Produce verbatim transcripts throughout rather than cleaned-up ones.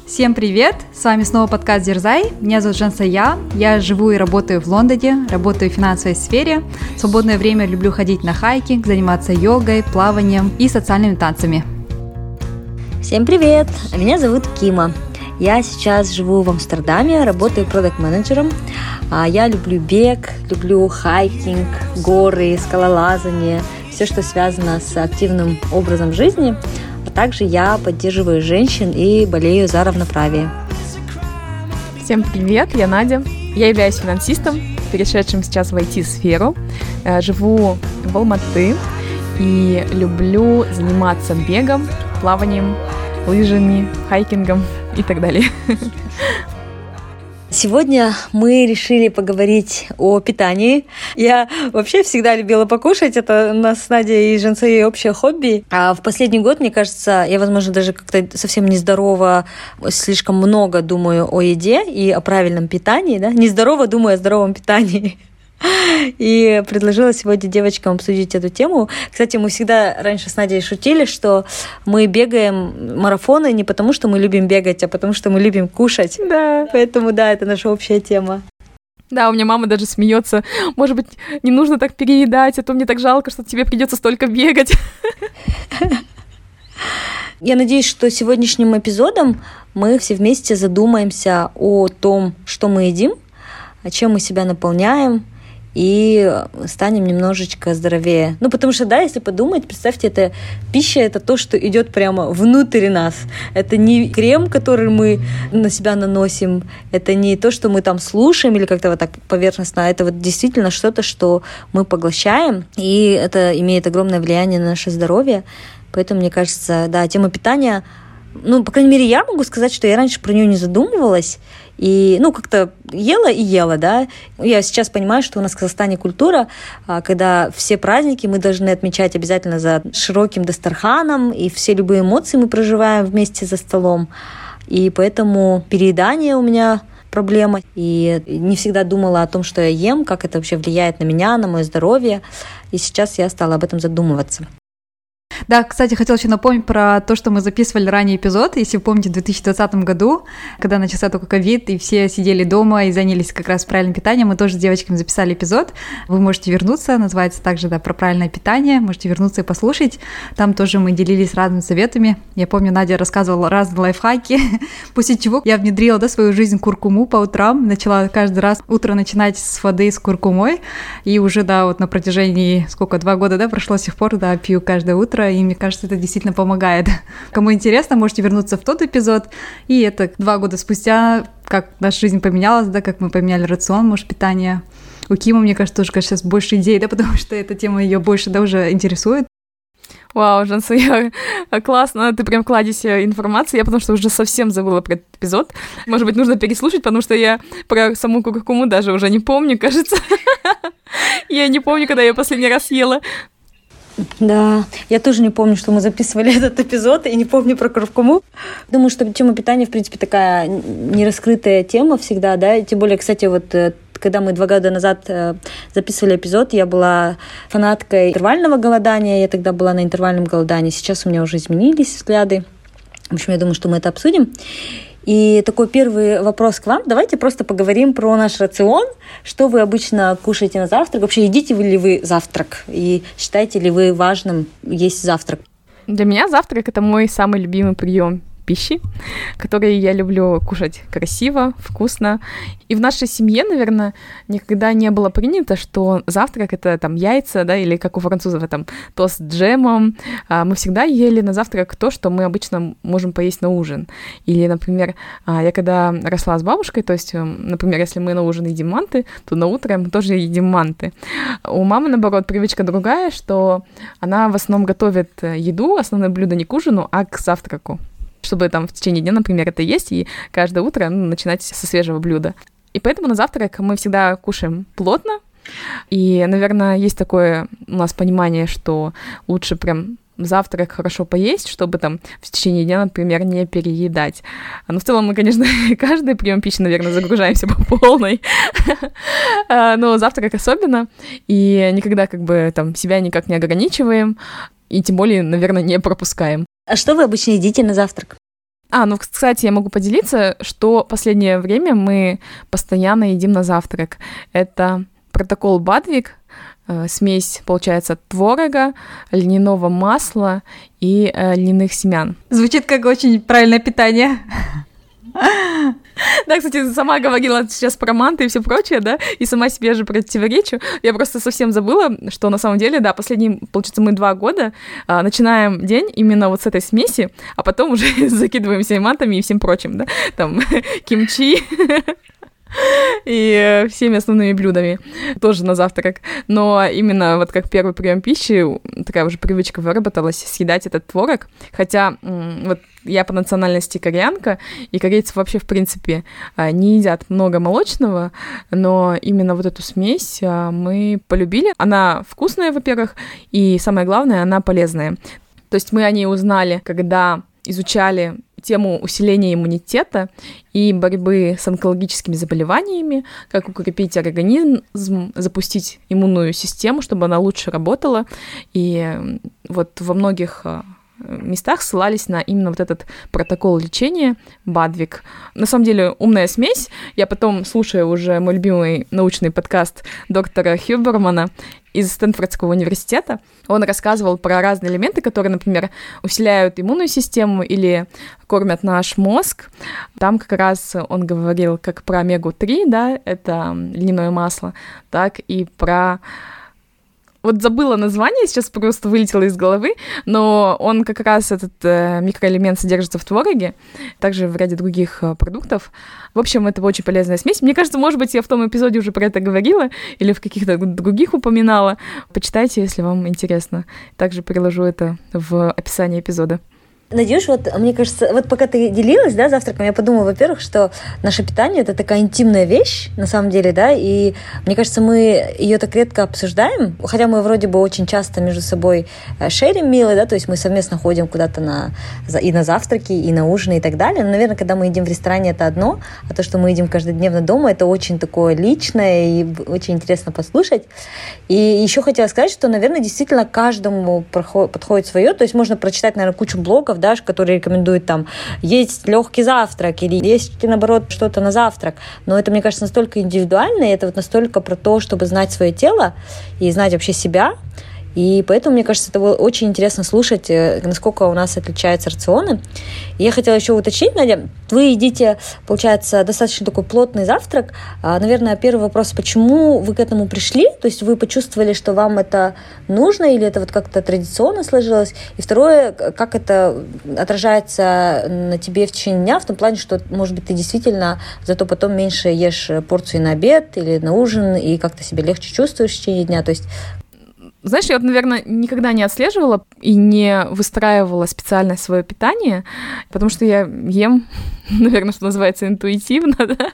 Всем привет! С вами снова подкаст «Дерзай». Меня зовут Жансая. Я живу и работаю в Лондоне, работаю в финансовой сфере. В свободное время люблю ходить на хайкинг, заниматься йогой, плаванием и социальными танцами. Всем привет! Меня зовут Кима. Я сейчас живу в Амстердаме, работаю продакт-менеджером. Я люблю бег, люблю хайкинг, горы, скалолазание, все, что связано с активным образом жизни. А также я поддерживаю женщин и болею за равноправие. Всем привет, я Надя. Я являюсь финансистом, перешедшим сейчас в ай ти-сферу. Живу в Алматы и люблю заниматься бегом, плаванием, лыжами, хайкингом и так далее. Сегодня мы решили поговорить о питании. Я вообще всегда любила покушать, это у нас с Надей и Жансеей общее хобби. А в последний год, мне кажется, я, возможно, даже как-то совсем нездорово, слишком много думаю о еде и о правильном питании, да? Нездорово думаю о здоровом питании. И предложила сегодня девочкам обсудить эту тему. Кстати, мы всегда раньше с Надей шутили, что мы бегаем марафоны не потому, что мы любим бегать, а потому, что мы любим кушать. Да. Поэтому, да, это наша общая тема. Да, у меня мама даже смеется. Может быть, не нужно так переедать, а то мне так жалко, что тебе придется столько бегать. Я надеюсь, что сегодняшним эпизодом мы все вместе задумаемся о том, что мы едим, о чем мы себя наполняем, и станем немножечко здоровее. Ну, потому что, да, если подумать, представьте, это пища, это то, что идет прямо внутрь нас. Это не крем, который мы на себя наносим, это не то, что мы там слушаем или как-то вот так поверхностно, а это вот действительно что-то, что мы поглощаем, и это имеет огромное влияние на наше здоровье. Поэтому, мне кажется, да, тема питания, ну, по крайней мере, я могу сказать, что я раньше про нее не задумывалась, и, ну, как-то ела и ела, да. Я сейчас понимаю, что у нас в Казахстане культура, когда все праздники мы должны отмечать обязательно за широким дастарханом, и все любые эмоции мы проживаем вместе за столом. И поэтому переедание у меня проблема. И не всегда думала о том, что я ем, как это вообще влияет на меня, на мое здоровье. И сейчас я стала об этом задумываться. Да, кстати, хотела еще напомнить про то, что мы записывали ранее эпизод, если вы помните, в две тысячи двадцатом году, когда начался только ковид, и все сидели дома и занялись как раз правильным питанием, мы тоже с девочками записали эпизод, вы можете вернуться, называется также, да, про правильное питание, можете вернуться и послушать, там тоже мы делились разными советами, я помню, Надя рассказывала разные лайфхаки, после чего я внедрила, да, в свою жизнь куркуму по утрам, начала каждый раз утро начинать с воды с куркумой, и уже, да, вот на протяжении, сколько, два года, да, прошло с тех пор, да, пью каждое утро, и мне кажется, это действительно помогает. Кому интересно, можете вернуться в тот эпизод, и это два года спустя, как наша жизнь поменялась, да, как мы поменяли рацион, может, питание. У Кимы, мне кажется, тоже, конечно, сейчас больше идей, да, потому что эта тема ее больше, да, уже интересует. Вау, Жансая, классно, ты прям кладезь информации, я потому что уже совсем забыла про этот эпизод. Может быть, нужно переслушать, потому что я про саму куркуму даже уже не помню, кажется. Я не помню, когда я последний раз ела. Да, я тоже не помню, что мы записывали этот эпизод, и не помню про куркуму. Думаю, что тема питания, в принципе, такая нераскрытая тема всегда, да, тем более, кстати, вот когда мы два года назад записывали эпизод, я была фанаткой интервального голодания, я тогда была на интервальном голодании, сейчас у меня уже изменились взгляды. В общем, я думаю, что мы это обсудим. И такой первый вопрос к вам. Давайте просто поговорим про наш рацион. Что вы обычно кушаете на завтрак? Вообще, едите ли вы завтрак? И считаете ли вы важным есть завтрак? Для меня завтрак — это мой самый любимый прием пищи, которые я люблю кушать красиво, вкусно. И в нашей семье, наверное, никогда не было принято, что завтрак — это там яйца, да, или как у французов, там тост с джемом. Мы всегда ели на завтрак то, что мы обычно можем поесть на ужин. Или, например, я когда росла с бабушкой, то есть, например, если мы на ужин едим манты, то на утро мы тоже едим манты. У мамы, наоборот, привычка другая, что она в основном готовит еду, основное блюдо не к ужину, а к завтраку, чтобы там в течение дня, например, это есть, и каждое утро, ну, начинать со свежего блюда. И поэтому на завтрак мы всегда кушаем плотно, и, наверное, есть такое у нас понимание, что лучше прям завтрак хорошо поесть, чтобы там в течение дня, например, не переедать. Но в целом мы, конечно, каждый прием пищи, наверное, загружаемся по полной, но завтрак особенно, и никогда как бы там себя никак не ограничиваем, и тем более, наверное, не пропускаем. А что вы обычно едите на завтрак? А, ну, кстати, я могу поделиться, что последнее время мы постоянно едим на завтрак. Это протокол Бадвик, э, смесь, получается, творога, льняного масла и э, льняных семян. Звучит как очень правильное питание. Да, кстати, сама говорила сейчас про манты и все прочее, да, и сама себе же противоречу. Я просто совсем забыла, что на самом деле, да, последние, получается, мы два года а, начинаем день именно вот с этой смеси, а потом уже закидываемся и мантами и всем прочим, да, там, кимчи и всеми основными блюдами тоже на завтрак. Но именно вот как первый прием пищи такая уже привычка выработалась съедать этот творог. Хотя вот я по национальности кореянка, и корейцы вообще, в принципе, не едят много молочного, но именно вот эту смесь мы полюбили. Она вкусная, во-первых, и самое главное, она полезная. То есть мы о ней узнали, когда изучали тему усиления иммунитета и борьбы с онкологическими заболеваниями, как укрепить организм, запустить иммунную систему, чтобы она лучше работала. И вот во многих местах ссылались на именно вот этот протокол лечения Бадвик. На самом деле умная смесь. Я потом, слушая уже мой любимый научный подкаст доктора Хюбермана из Стэнфордского университета, он рассказывал про разные элементы, которые, например, усиляют иммунную систему или кормят наш мозг. Там как раз он говорил как про омегу три, да, это льняное масло, так и про... Вот забыла название, сейчас просто вылетело из головы, но он как раз, этот э, микроэлемент содержится в твороге, также в ряде других э, продуктов. В общем, это очень полезная смесь. Мне кажется, может быть, я в том эпизоде уже про это говорила или в каких-то других упоминала. Почитайте, если вам интересно. Также приложу это в описании эпизода. Надюш, вот мне кажется, вот пока ты делилась, да, завтраком, я подумала, во-первых, что наше питание — это такая интимная вещь, на самом деле, да, и мне кажется, мы ее так редко обсуждаем, хотя мы вроде бы очень часто между собой шерим милы, да, то есть мы совместно ходим куда-то на, и на завтраки, и на ужины, и так далее, но, наверное, когда мы едим в ресторане, это одно, а то, что мы едим каждодневно дома, это очень такое личное и очень интересно послушать. И еще хотела сказать, что, наверное, действительно каждому подходит свое, то есть можно прочитать, наверное, кучу блогов, да, которые рекомендуют там есть легкий завтрак или есть, наоборот, что-то на завтрак. Но это, мне кажется, настолько индивидуально, и это вот настолько про то, чтобы знать свое тело и знать вообще себя. И поэтому, мне кажется, это было очень интересно слушать, насколько у нас отличаются рационы. И я хотела еще уточнить, Надя, вы едите, получается, достаточно такой плотный завтрак. Наверное, первый вопрос, почему вы к этому пришли? То есть вы почувствовали, что вам это нужно, или это вот как-то традиционно сложилось? И второе, как это отражается на тебе в течение дня, в том плане, что, может быть, ты действительно зато потом меньше ешь порции на обед или на ужин, и как-то себя легче чувствуешь в течение дня? То есть знаешь, я вот, наверное, никогда не отслеживала и не выстраивала специально свое питание, потому что я ем, наверное, что называется, интуитивно, да.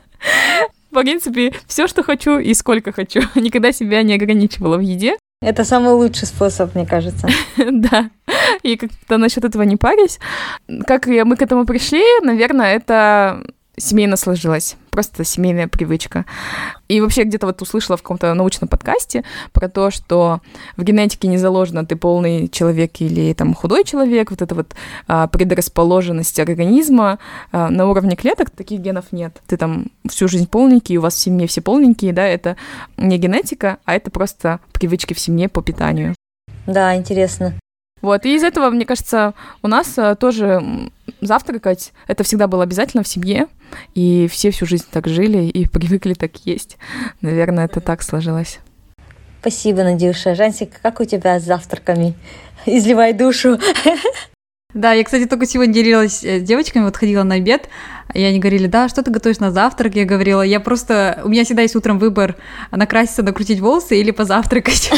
В принципе, все, что хочу и сколько хочу. Никогда себя не ограничивала в еде. Это самый лучший способ, мне кажется. Да, и как-то насчет этого не парюсь. Как мы к этому пришли, наверное, это... семейно сложилась, просто семейная привычка. И вообще где-то вот услышала в каком-то научном подкасте про то, что в генетике не заложено, ты полный человек или там худой человек, вот эта вот а, предрасположенность организма а, на уровне клеток, таких генов нет. Ты там всю жизнь полненький, у вас в семье все полненькие, да, это не генетика, а это просто привычки в семье по питанию. Да, интересно. Вот, и из этого, мне кажется, у нас а, тоже завтракать, это всегда было обязательно в семье, и все всю жизнь так жили и привыкли так есть. Наверное, это так сложилось. Спасибо, Надюша. Жансик, как у тебя с завтраками? Изливай душу. Да, я, кстати, только сегодня делилась с девочками, вот ходила на обед, и они говорили, да, что ты готовишь на завтрак? Я говорила, я просто, у меня всегда есть утром выбор накраситься, накрутить волосы или позавтракать.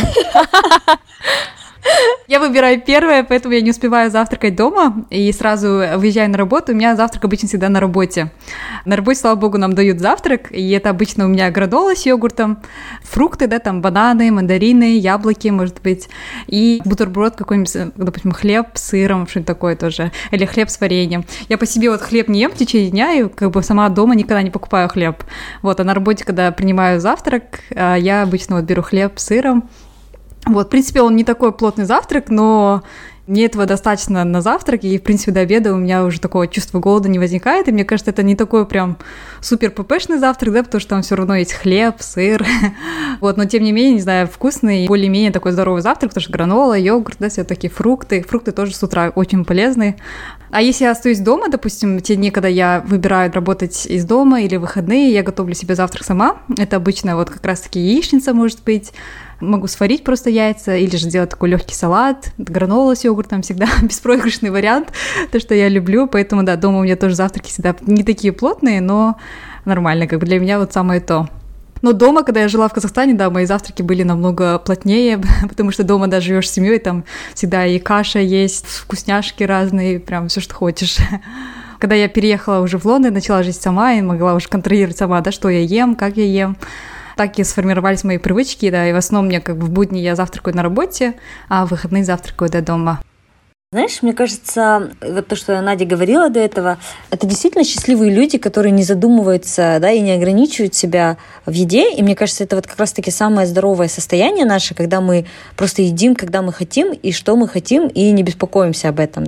Я выбираю первое, поэтому я не успеваю завтракать дома и сразу выезжаю на работу. У меня завтрак обычно всегда на работе. На работе, слава богу, нам дают завтрак, и это обычно у меня гранола с йогуртом, фрукты, да, там бананы, мандарины, яблоки, может быть, и бутерброд какой-нибудь, допустим, хлеб с сыром, что-нибудь такое тоже, или хлеб с вареньем. Я по себе вот хлеб не ем в течение дня, и как бы сама дома никогда не покупаю хлеб. Вот, а на работе, когда принимаю завтрак, я обычно вот беру хлеб с сыром. Вот, в принципе, он не такой плотный завтрак, но Мне этого достаточно на завтрак, и, в принципе, до обеда у меня уже такого чувства голода не возникает, и мне кажется, это не такой прям супер ппшный завтрак, да, потому что там все равно есть хлеб, сыр, вот, но тем не менее, не знаю, вкусный, более-менее такой здоровый завтрак, потому что гранола, йогурт, да, все такие фрукты, фрукты тоже с утра очень полезны. А если я остаюсь дома, допустим, в те дни, когда я выбираю работать из дома или выходные, я готовлю себе завтрак сама, это обычно вот как раз-таки яичница, может быть, могу сварить просто яйца или же сделать такой легкий салат, гранола с йогуртом всегда беспроигрышный вариант, то, что я люблю, поэтому, да, дома у меня тоже завтраки всегда не такие плотные, но нормально, как бы для меня вот самое то. Но дома, когда я жила в Казахстане, да, мои завтраки были намного плотнее, потому что дома, да, живешь с семьей, там всегда и каша есть, вкусняшки разные, прям все, что хочешь. Когда я переехала уже в Лондон, начала жить сама и могла уже контролировать сама, да, что я ем, как я ем. Так и сформировались мои привычки, да, и в основном мне как бы в будни я завтракаю на работе, а в выходные завтракаю до дома. Знаешь, мне кажется, вот то, что Надя говорила до этого, это действительно счастливые люди, которые не задумываются, да, и не ограничивают себя в еде. И мне кажется, это вот как раз-таки самое здоровое состояние наше, когда мы просто едим, когда мы хотим, и что мы хотим, и не беспокоимся об этом.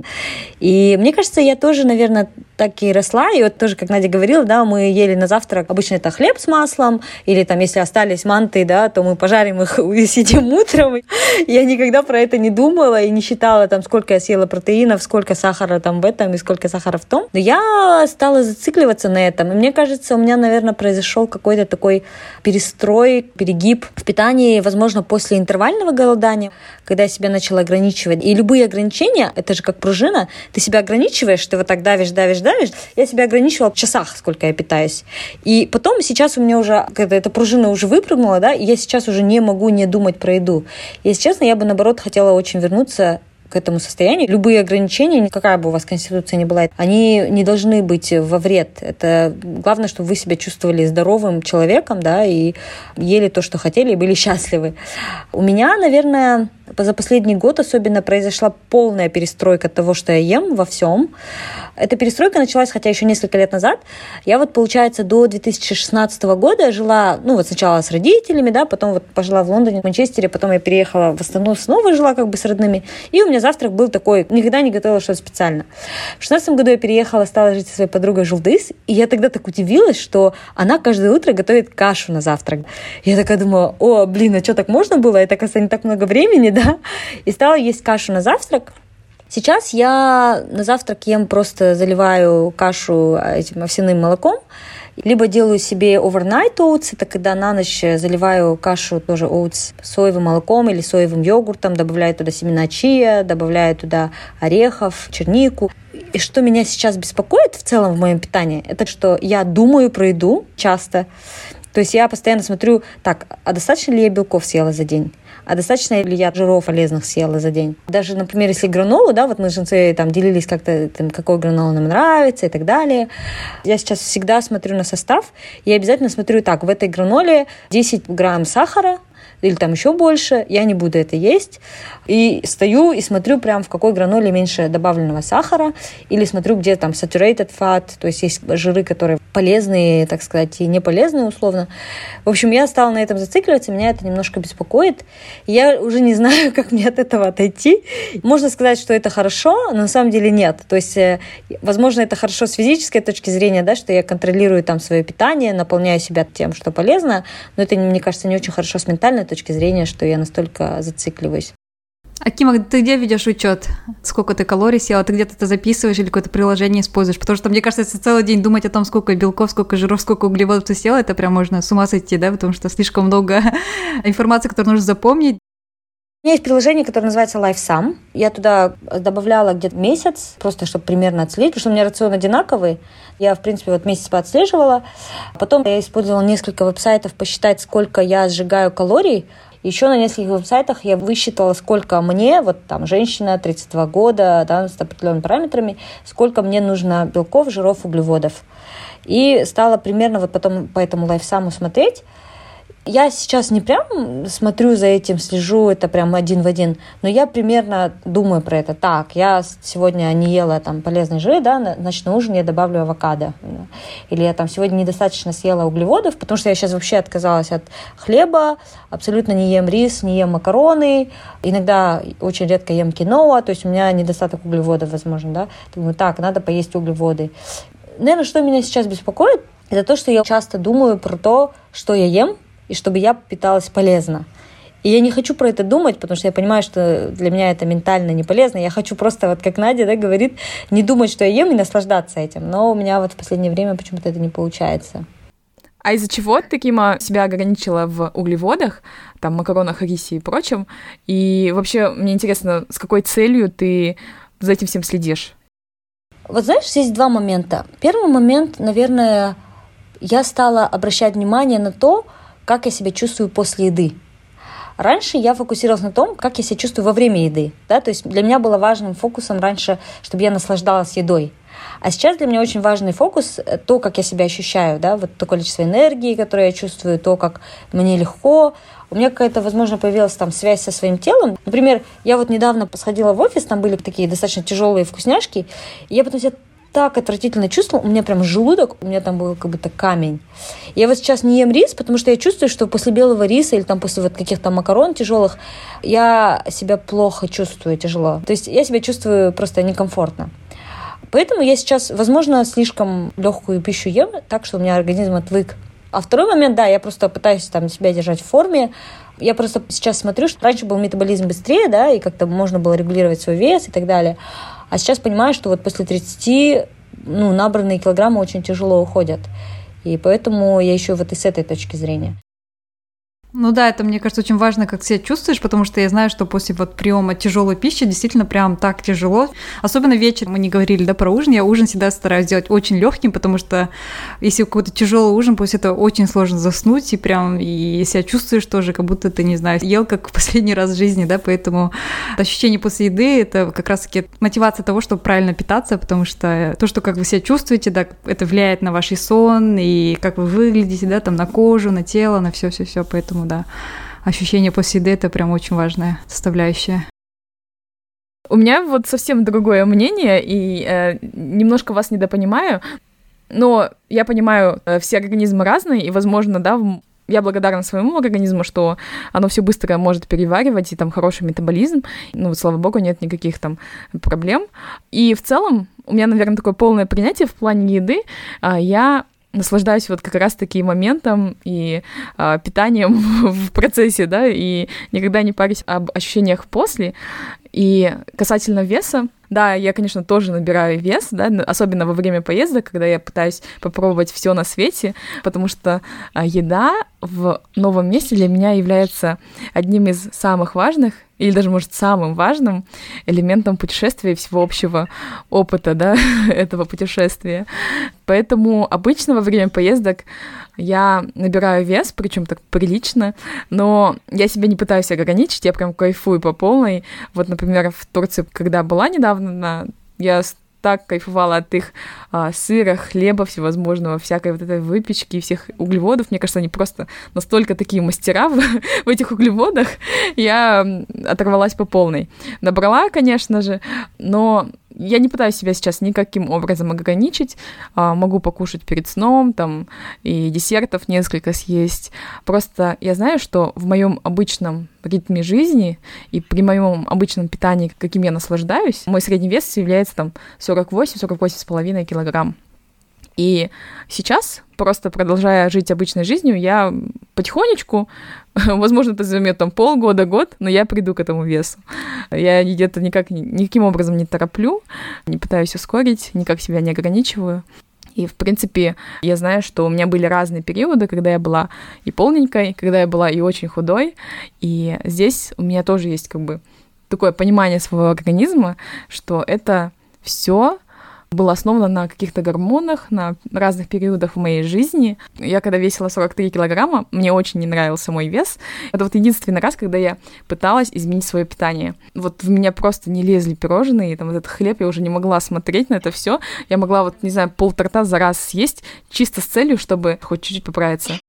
И мне кажется, я тоже, наверное, так и росла. И вот тоже, как Надя говорила, да, мы ели на завтрак, обычно это хлеб с маслом, или там, если остались манты, да, то мы пожарим их и съедим утром. Я никогда про это не думала и не считала, там, сколько я съела протеинов, сколько сахара там в этом и сколько сахара в том. Но я стала зацикливаться на этом. И мне кажется, у меня, наверное, произошел какой-то такой перестрой, перегиб в питании, возможно, после интервального голодания, когда я себя начала ограничивать. И любые ограничения, это же как пружина, ты себя ограничиваешь, ты вот так давишь, давишь, давишь. Я себя ограничивала в часах, сколько я питаюсь. И потом сейчас у меня уже, когда эта пружина уже выпрыгнула, да, и я сейчас уже не могу не думать про еду. Если честно, я бы, наоборот, хотела очень вернуться к этому состоянию. Любые ограничения, какая бы у вас конституция ни была, они не должны быть во вред. Это главное, чтобы вы себя чувствовали здоровым человеком, да, и ели то, что хотели, и были счастливы. У меня, наверное, за последний год особенно произошла полная перестройка того, что я ем во всем. Эта перестройка началась, хотя еще несколько лет назад. Я вот, получается, до две тысячи шестнадцатого года жила, ну вот сначала с родителями, да, потом вот пожила в Лондоне, в Манчестере, потом я переехала в Астану, снова жила как бы с родными. И у меня завтрак был такой, никогда не готовила что-то специально. В шестнадцатом году я переехала, стала жить со своей подругой Жулдыс, и я тогда так удивилась, что она каждое утро готовит кашу на завтрак. Я такая думаю, о, блин, а что, так можно было? Это, оказывается, не так много времени, да? И стала есть кашу на завтрак. Сейчас я на завтрак ем, просто заливаю кашу этим овсяным молоком, либо делаю себе overnight oats, это когда на ночь заливаю кашу тоже oats соевым молоком или соевым йогуртом, добавляю туда семена чиа, добавляю туда орехов, чернику. И что меня сейчас беспокоит в целом в моем питании, это что я думаю про еду часто. То есть я постоянно смотрю, так, а достаточно ли я белков съела за день? А достаточно ли я жиров полезных съела за день? Даже, например, если гранолу, да, вот мы с женой там делились как-то, там, какой гранола нам нравится и так далее. Я сейчас всегда смотрю на состав, и обязательно смотрю, так, в этой граноле десять грамм сахара, или там еще больше, я не буду это есть. И стою и смотрю прям, в какой граноле меньше добавленного сахара, или смотрю, где там saturated fat, то есть есть жиры, которые полезные, так сказать, и не полезные условно. В общем, я стала на этом зацикливаться, меня это немножко беспокоит. Я уже не знаю, как мне от этого отойти. Можно сказать, что это хорошо, но на самом деле нет. То есть, возможно, это хорошо с физической точки зрения, да, что я контролирую там свое питание, наполняю себя тем, что полезно, но это, мне кажется, не очень хорошо с ментальной точки зрения, что я настолько зацикливаюсь. Акима, ты где ведешь учет? Сколько ты калорий съела? Ты где-то это записываешь или какое-то приложение используешь? Потому что, мне кажется, если целый день думать о том, сколько белков, сколько жиров, сколько углеводов ты съела, это прям можно с ума сойти, да? Потому что слишком много информации, которую нужно запомнить. У меня есть приложение, которое называется LifeSum. Я туда добавляла где-то месяц, просто чтобы примерно отследить, потому что у меня рацион одинаковый. Я, в принципе, вот месяц поотслеживала. Потом я использовала несколько веб-сайтов посчитать, сколько я сжигаю калорий. Еще на нескольких веб-сайтах я высчитала, сколько мне, вот там женщина, тридцать два года, да, с определенными параметрами, сколько мне нужно белков, жиров, углеводов. И стала примерно вот потом по этому LifeSum смотреть. Я сейчас не прям смотрю за этим, слежу, это прям один в один, но я примерно думаю про это. Так, я сегодня не ела там полезные жиры, да, значит, на ужин я добавлю авокадо. Или я там сегодня недостаточно съела углеводов, потому что я сейчас вообще отказалась от хлеба, абсолютно не ем рис, не ем макароны, иногда очень редко ем киноа, то есть у меня недостаток углеводов, возможно, да. Думаю, так, надо поесть углеводы. Наверное, что меня сейчас беспокоит, это то, что я часто думаю про то, что я ем, и чтобы я питалась полезно. И я не хочу про это думать, потому что я понимаю, что для меня это ментально не полезно. Я хочу просто, вот как Надя, да, говорит, не думать, что я ем, и наслаждаться этим. Но у меня вот в последнее время почему-то это не получается. А из-за чего ты, Кима, себя ограничила в углеводах, там, макаронах, рисе и прочем? И вообще, мне интересно, с какой целью ты за этим всем следишь? Вот знаешь, есть два момента. Первый момент, наверное, я стала обращать внимание на то, как я себя чувствую после еды. Раньше я фокусировалась на том, как я себя чувствую во время еды. Да? То есть для меня было важным фокусом раньше, чтобы я наслаждалась едой. А сейчас для меня очень важный фокус – то, как я себя ощущаю. Да? Вот то количество энергии, которое я чувствую, то, как мне легко. У меня какая-то, возможно, появилась там связь со своим телом. Например, я вот недавно сходила в офис, там были такие достаточно тяжелые вкусняшки, и я потом себя так отвратительно чувствовала, у меня прям желудок, у меня там был как будто камень. Я вот сейчас не ем рис, потому что я чувствую, что после белого риса или там после вот каких-то макарон тяжелых я себя плохо чувствую, тяжело. То есть я себя чувствую просто некомфортно. Поэтому я сейчас, возможно, слишком легкую пищу ем, так что у меня организм отвык. А второй момент, да, я просто пытаюсь там себя держать в форме. Я просто сейчас смотрю, что раньше был метаболизм быстрее, да, и как-то можно было регулировать свой вес и так далее. А сейчас понимаю, что вот после тридцати, ну, набранные килограммы очень тяжело уходят. И поэтому я еще вот и с этой точки зрения. Ну да, это, мне кажется, очень важно, как себя чувствуешь, потому что я знаю, что после вот приема тяжелой пищи действительно прям так тяжело. Особенно вечером, мы не говорили, да, про ужин. Я ужин всегда стараюсь делать очень легким, потому что если какой-то тяжелый ужин, после этого очень сложно заснуть, и прям и себя чувствуешь тоже, как будто ты, не знаю, ел как в последний раз в жизни, да, поэтому ощущение после еды – это как раз-таки мотивация того, чтобы правильно питаться, потому что то, что как вы себя чувствуете, да, это влияет на ваш сон, и как вы выглядите, да, там, на кожу, на тело, на все-все-все, поэтому да, ощущение после еды – это прям очень важная составляющая. У меня вот совсем другое мнение, и э, немножко вас недопонимаю, но я понимаю, э, все организмы разные, и, возможно, да, я благодарна своему организму, что оно все быстро может переваривать, и там хороший метаболизм, ну, вот, слава богу, нет никаких там проблем. И в целом у меня, наверное, такое полное принятие в плане еды. э, я наслаждаюсь вот как раз-таки моментом и а, питанием в процессе, да, и никогда не парюсь об ощущениях после. И касательно веса, да, я, конечно, тоже набираю вес, да, особенно во время поездок, когда я пытаюсь попробовать все на свете, потому что а, еда в новом месте для меня является одним из самых важных, или даже, может, самым важным элементом путешествия и всего общего опыта, да, этого путешествия. Поэтому обычно во время поездок я набираю вес, причем так прилично, но я себя не пытаюсь ограничить, я прям кайфую по полной. Вот, например, в Турции, когда была недавно, я так кайфовала от их а, сыра, хлеба, всевозможного, всякой вот этой выпечки и всех углеводов. Мне кажется, они просто настолько такие мастера в, в этих углеводах. Я оторвалась по полной. Набрала, конечно же, но я не пытаюсь себя сейчас никаким образом ограничить. А, могу покушать перед сном, там, и десертов несколько съесть. Просто я знаю, что в моем обычном ритме жизни и при моем обычном питании, каким я наслаждаюсь, мой средний вес является там сорок восемь - сорок восемь с половиной килограмм. И сейчас, просто продолжая жить обычной жизнью, я потихонечку, возможно, это займет там полгода-год, но я приду к этому весу. Я где-то никак, никаким образом не тороплю, не пытаюсь ускорить, никак себя не ограничиваю. И, в принципе, я знаю, что у меня были разные периоды, когда я была и полненькой, когда я была и очень худой. И здесь у меня тоже есть как бы такое понимание своего организма, что это все было основано на каких-то гормонах, на разных периодах в моей жизни. Я когда весила сорок три килограмма, мне очень не нравился мой вес. Это вот единственный раз, когда я пыталась изменить свое питание. Вот в меня просто не лезли пирожные, и там вот этот хлеб, я уже не могла смотреть на это все. Я могла вот, не знаю, полторта за раз съесть, чисто с целью, чтобы хоть чуть-чуть поправиться.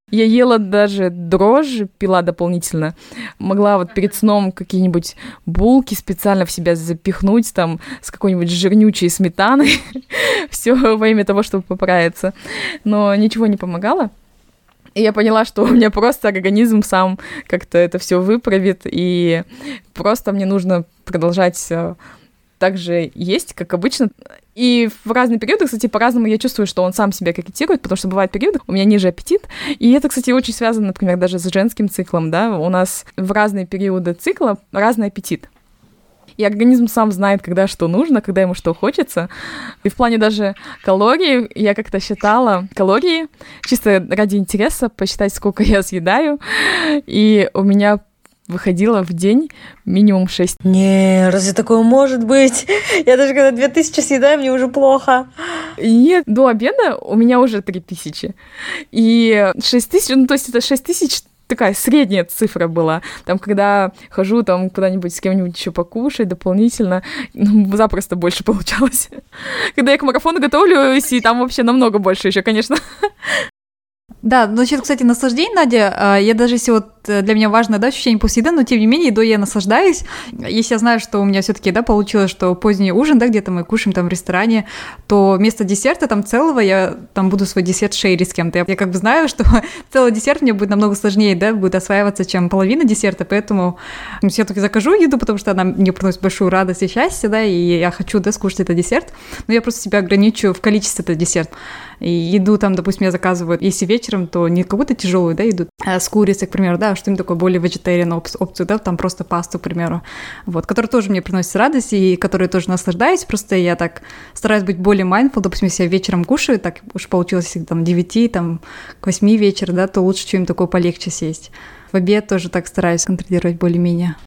Я ела даже дрожжи, пила дополнительно. Могла вот перед сном какие-нибудь булки специально в себя запихнуть, там, с какой-нибудь жирнючей сметаной. Все во имя того, чтобы поправиться. Но ничего не помогало. И я поняла, что у меня просто организм сам как-то это все выправит, и просто мне нужно продолжать так же есть, как обычно. И в разные периоды, кстати, по-разному я чувствую, что он сам себя корректирует, потому что бывают периоды, у меня ниже аппетит, и это, кстати, очень связано, например, даже с женским циклом, да, у нас в разные периоды цикла разный аппетит. И организм сам знает, когда что нужно, когда ему что хочется. И в плане даже калорий я как-то считала калории, чисто ради интереса, посчитать, сколько я съедаю, и у меня выходило в день минимум шесть. Не, разве такое может быть? Я даже когда две тысячи съедаю, мне уже плохо. Нет, до обеда у меня уже три тысячи. И шесть тысяч, ну то есть это шесть тысяч такая средняя цифра была. Там, когда хожу там куда-нибудь с кем-нибудь еще покушать дополнительно, ну, запросто больше получалось. Когда я к марафону готовлюсь, и там вообще намного больше еще, конечно. Да, насчет, кстати, наслаждений, Надя, я даже если вот для меня важно, да, ощущение после еды, но тем не менее, едой я наслаждаюсь. Если я знаю, что у меня все-таки, да, получилось, что поздний ужин, да, где-то мы кушаем там в ресторане, то вместо десерта там целого я там буду свой десерт шерить с кем-то. Я, я как бы знаю, что целый десерт мне будет намного сложнее, да, будет осваиваться, чем половина десерта, поэтому все-таки закажу еду, потому что она мне приносит большую радость и счастье, да, и я хочу, да, скушать этот десерт, но я просто себя ограничиваю в количестве этого десерта. И еду там, допустим, я заказываю, если вечером, то не какую-то тяжелую, да, еду, а с курицей, к примеру, да, что-нибудь такое более vegetarian опцию, да, там просто пасту, к примеру, вот, которая тоже мне приносит радость и которой тоже наслаждаюсь, просто я так стараюсь быть более mindful, допустим, если я вечером кушаю, так уж получилось, если там девяти, там, к восьми вечера, да, то лучше что-нибудь такое полегче сесть. В обед тоже так стараюсь контролировать более-менее.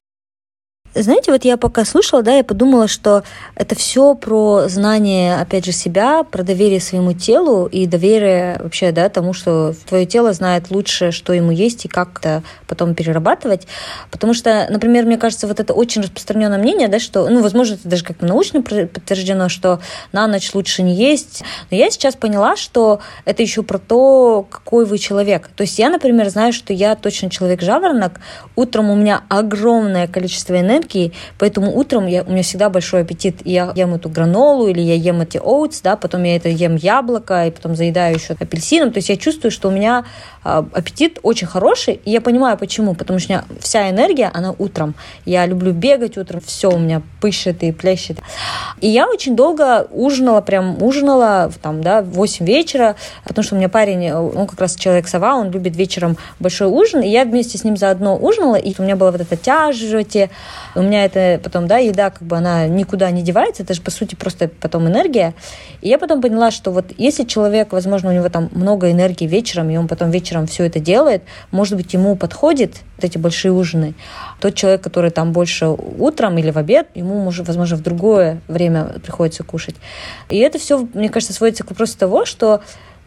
Знаете, вот я пока слушала, да, я подумала, что это все про знание, опять же, себя, про доверие своему телу и доверие вообще, да, тому, что твое тело знает лучше, что ему есть и как это потом перерабатывать. Потому что, например, мне кажется, вот это очень распространенное мнение, да, что, ну, возможно, это даже как-то научно подтверждено, что на ночь лучше не есть. Но я сейчас поняла, что это еще про то, какой вы человек. То есть я, например, знаю, что я точно человек-жаворонок. Утром у меня огромное количество энергии, поэтому утром я, у меня всегда большой аппетит. Я ем эту гранолу или я ем эти oats, да, потом я это ем яблоко и потом заедаю еще апельсином. То есть я чувствую, что у меня а, аппетит очень хороший, и я понимаю, почему. Потому что у меня вся энергия, она утром. Я люблю бегать утром, все у меня пышет и плещет. И я очень долго ужинала, прям ужинала там, да, в восемь вечера, потому что у меня парень, он как раз человек-сова, он любит вечером большой ужин, и я вместе с ним заодно ужинала, и у меня была вот эта тяжесть в животе. У меня это потом, да, еда, как бы она никуда не девается, это же, по сути, просто потом энергия. И я потом поняла, что вот если человек, возможно, у него там много энергии вечером, и он потом вечером все это делает, может быть, ему подходит вот эти большие ужины. Тот человек, который там больше утром или в обед, ему, может, возможно, в другое время приходится кушать. И это все, мне кажется, сводится к вопросу того, что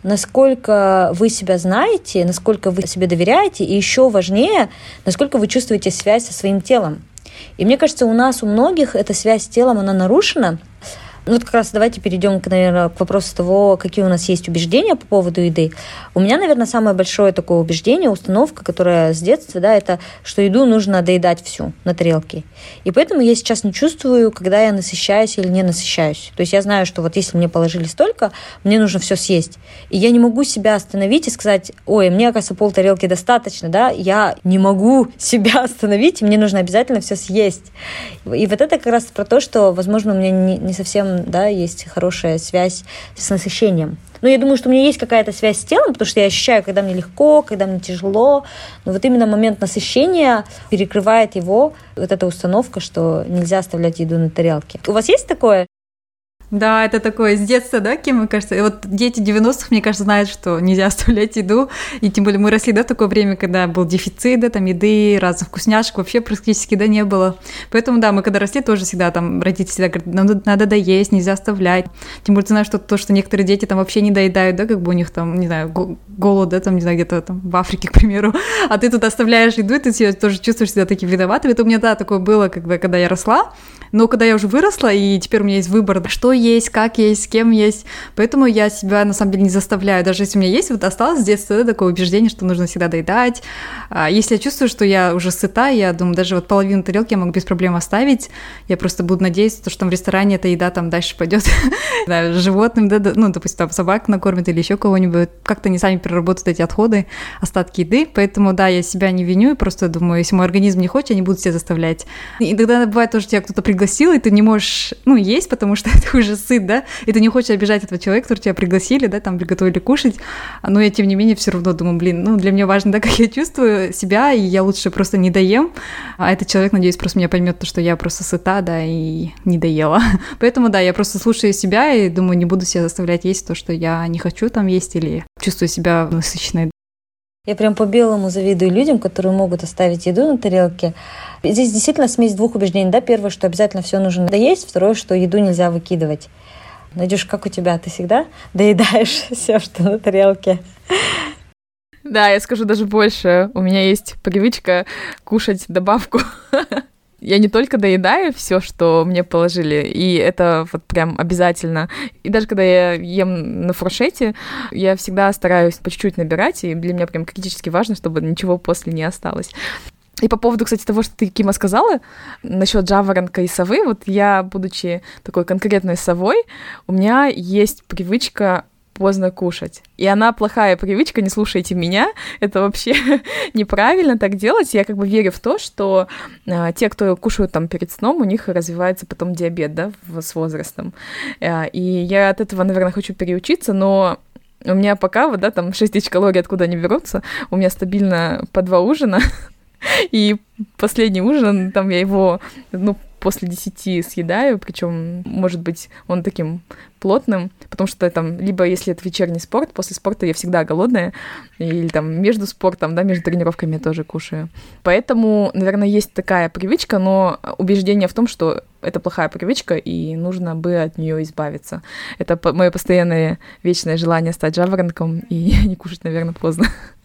насколько вы себя знаете, насколько вы себе доверяете, и еще важнее, насколько вы чувствуете связь со своим телом. И мне кажется, у нас, у многих, эта связь с телом, она нарушена. Ну вот как раз давайте перейдем, к, наверное, к вопросу того, какие у нас есть убеждения по поводу еды. У меня, наверное, самое большое такое убеждение, установка, которая с детства, да, это, что еду нужно доедать всю на тарелке. И поэтому я сейчас не чувствую, когда я насыщаюсь или не насыщаюсь. То есть я знаю, что вот если мне положили столько, мне нужно все съесть. И я не могу себя остановить и сказать, ой, мне, оказывается, полтарелки достаточно, да, я не могу себя остановить, и мне нужно обязательно все съесть. И вот это как раз про то, что, возможно, у меня не, не совсем, да, есть хорошая связь с насыщением. Но я думаю, что у меня есть какая-то связь с телом, потому что я ощущаю, когда мне легко, когда мне тяжело. Но вот именно момент насыщения перекрывает его, вот эта установка, что нельзя оставлять еду на тарелке. У вас есть такое? Да, это такое с детства, да, кем, мне кажется. И вот дети девяностых, мне кажется, знают, что нельзя оставлять еду. И тем более мы росли, да, в такое время, когда был дефицит, да, там еды, разных вкусняшек, вообще практически, да, не было. Поэтому, да, мы когда росли, тоже всегда там родители всегда говорят, надо, надо доесть, нельзя оставлять. Тем более, ты знаешь, что то, что некоторые дети там вообще не доедают, да, как бы у них там, не знаю, голод, да, там, не знаю, где-то там в Африке, к примеру. А ты тут оставляешь еду, и ты себя тоже чувствуешь себя таким виноватым. Это у меня, да, такое было, как бы, когда я росла. Но когда я уже выросла, и теперь у меня есть выбор, что есть, как есть, с кем есть, поэтому я себя, на самом деле, не заставляю. Даже если у меня есть, вот осталось с детства да, такое убеждение, что нужно всегда доедать. А если я чувствую, что я уже сыта, я думаю, даже вот половину тарелки я могу без проблем оставить, я просто буду надеяться, что там в ресторане эта еда там дальше пойдет животным, да, ну, допустим, там собак накормят или еще кого-нибудь, как-то они сами переработают эти отходы, остатки еды, поэтому, да, я себя не виню, просто думаю, если мой организм не хочет, я не буду себя заставлять. И тогда бывает тоже, тебя кто-то пригласил, и ты не можешь, ну, есть, потому что ты уже сыт, да, и ты не хочешь обижать этого человека, который тебя пригласили, да, там, приготовили кушать, но я, тем не менее, все равно думаю, блин, ну, для меня важно, да, как я чувствую себя, и я лучше просто не доем, а этот человек, надеюсь, просто меня поймет, то, что я просто сыта, да, и не доела. Поэтому, да, я просто слушаю себя и думаю, не буду себя заставлять есть то, что я не хочу там есть или чувствую себя насыщенной. Я прям по-белому завидую людям, которые могут оставить еду на тарелке. Здесь действительно смесь двух убеждений. Да? Первое, что обязательно все нужно доесть. Второе, что еду нельзя выкидывать. Надюш, как у тебя? Ты всегда доедаешь все, что на тарелке? Да, я скажу даже больше. У меня есть привычка кушать добавку. Я не только доедаю все, что мне положили, и это вот прям обязательно. И даже когда я ем на фуршете, я всегда стараюсь по чуть-чуть набирать, и для меня прям критически важно, чтобы ничего после не осталось. И по поводу, кстати, того, что ты, Кима, сказала насчет жаворонка и совы, вот я, будучи такой конкретной совой, у меня есть привычка поздно кушать. И она плохая привычка, не слушайте меня, это вообще неправильно так делать. Я как бы верю в то, что а, те, кто кушают там перед сном, у них развивается потом диабет, да, в, с возрастом. А, и я от этого, наверное, хочу переучиться, но у меня пока вот, да, там шесть тысяч калорий откуда они берутся, у меня стабильно по два ужина, и последний ужин, там я его, ну, после десяти съедаю, причем, может быть, он таким плотным, потому что там, либо если это вечерний спорт, после спорта я всегда голодная, или там между спортом, да, между тренировками я тоже кушаю. Поэтому, наверное, есть такая привычка, но убеждение в том, что это плохая привычка, и нужно бы от нее избавиться. Это мое постоянное вечное желание стать жаворонком и не кушать, наверное, поздно.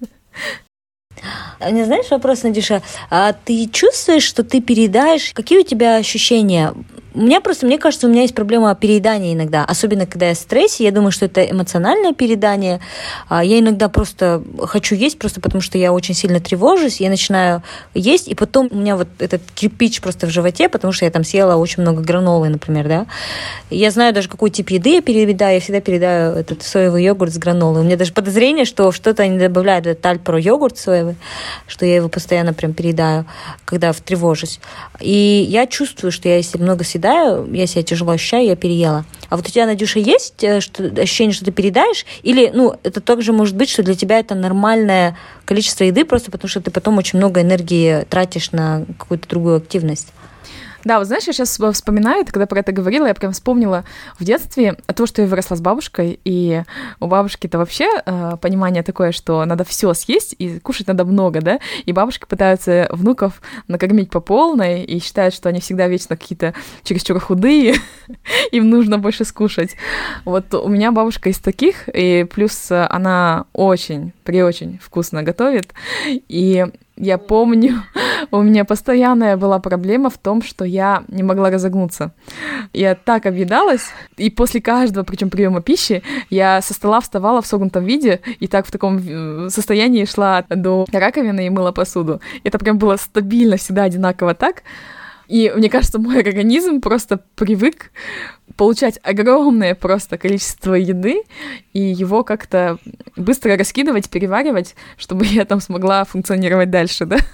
У меня, знаешь, вопрос, Надюша, а ты чувствуешь, что ты переедаешь? Какие у тебя ощущения? У меня просто, мне кажется, у меня есть проблема переедания иногда, особенно когда я в стрессе, я думаю, что это эмоциональное переедание. Я иногда просто хочу есть, просто потому что я очень сильно тревожусь, я начинаю есть, и потом у меня вот этот кирпич просто в животе, потому что я там съела очень много гранолы, например, да. Я знаю даже, какой тип еды я переедаю, я всегда переедаю этот соевый йогурт с гранолой. У меня даже подозрение, что что-то они добавляют в этот Альпро йогурт соевый, что я его постоянно прям переедаю, когда тревожусь. И я чувствую, что я, если много съедаю, я себя тяжело ощущаю, я переела. А вот у тебя, Надюша, есть что, ощущение, что ты переедаешь? Или, ну, это также может быть, что для тебя это нормальное количество еды, просто потому что ты потом очень много энергии тратишь на какую-то другую активность? Да, вот знаешь, я сейчас вспоминаю, ты когда про это говорила, я прям вспомнила в детстве то, что я выросла с бабушкой, и у бабушки-то вообще э, понимание такое, что надо все съесть, и кушать надо много, да, и бабушки пытаются внуков накормить по полной, и считают, что они всегда вечно какие-то чересчур худые, им нужно больше скушать. Вот у меня бабушка из таких, и плюс она очень, преочень вкусно готовит, и я помню, у меня постоянная была проблема в том, что я не могла разогнуться. Я так объедалась, и после каждого, причем приема пищи, я со стола вставала в согнутом виде, и так в таком состоянии шла до раковины и мыла посуду. Это прям было стабильно, всегда одинаково так. И мне кажется, мой организм просто привык получать огромное просто количество еды и его как-то быстро раскидывать, переваривать, чтобы я там смогла функционировать дальше, да?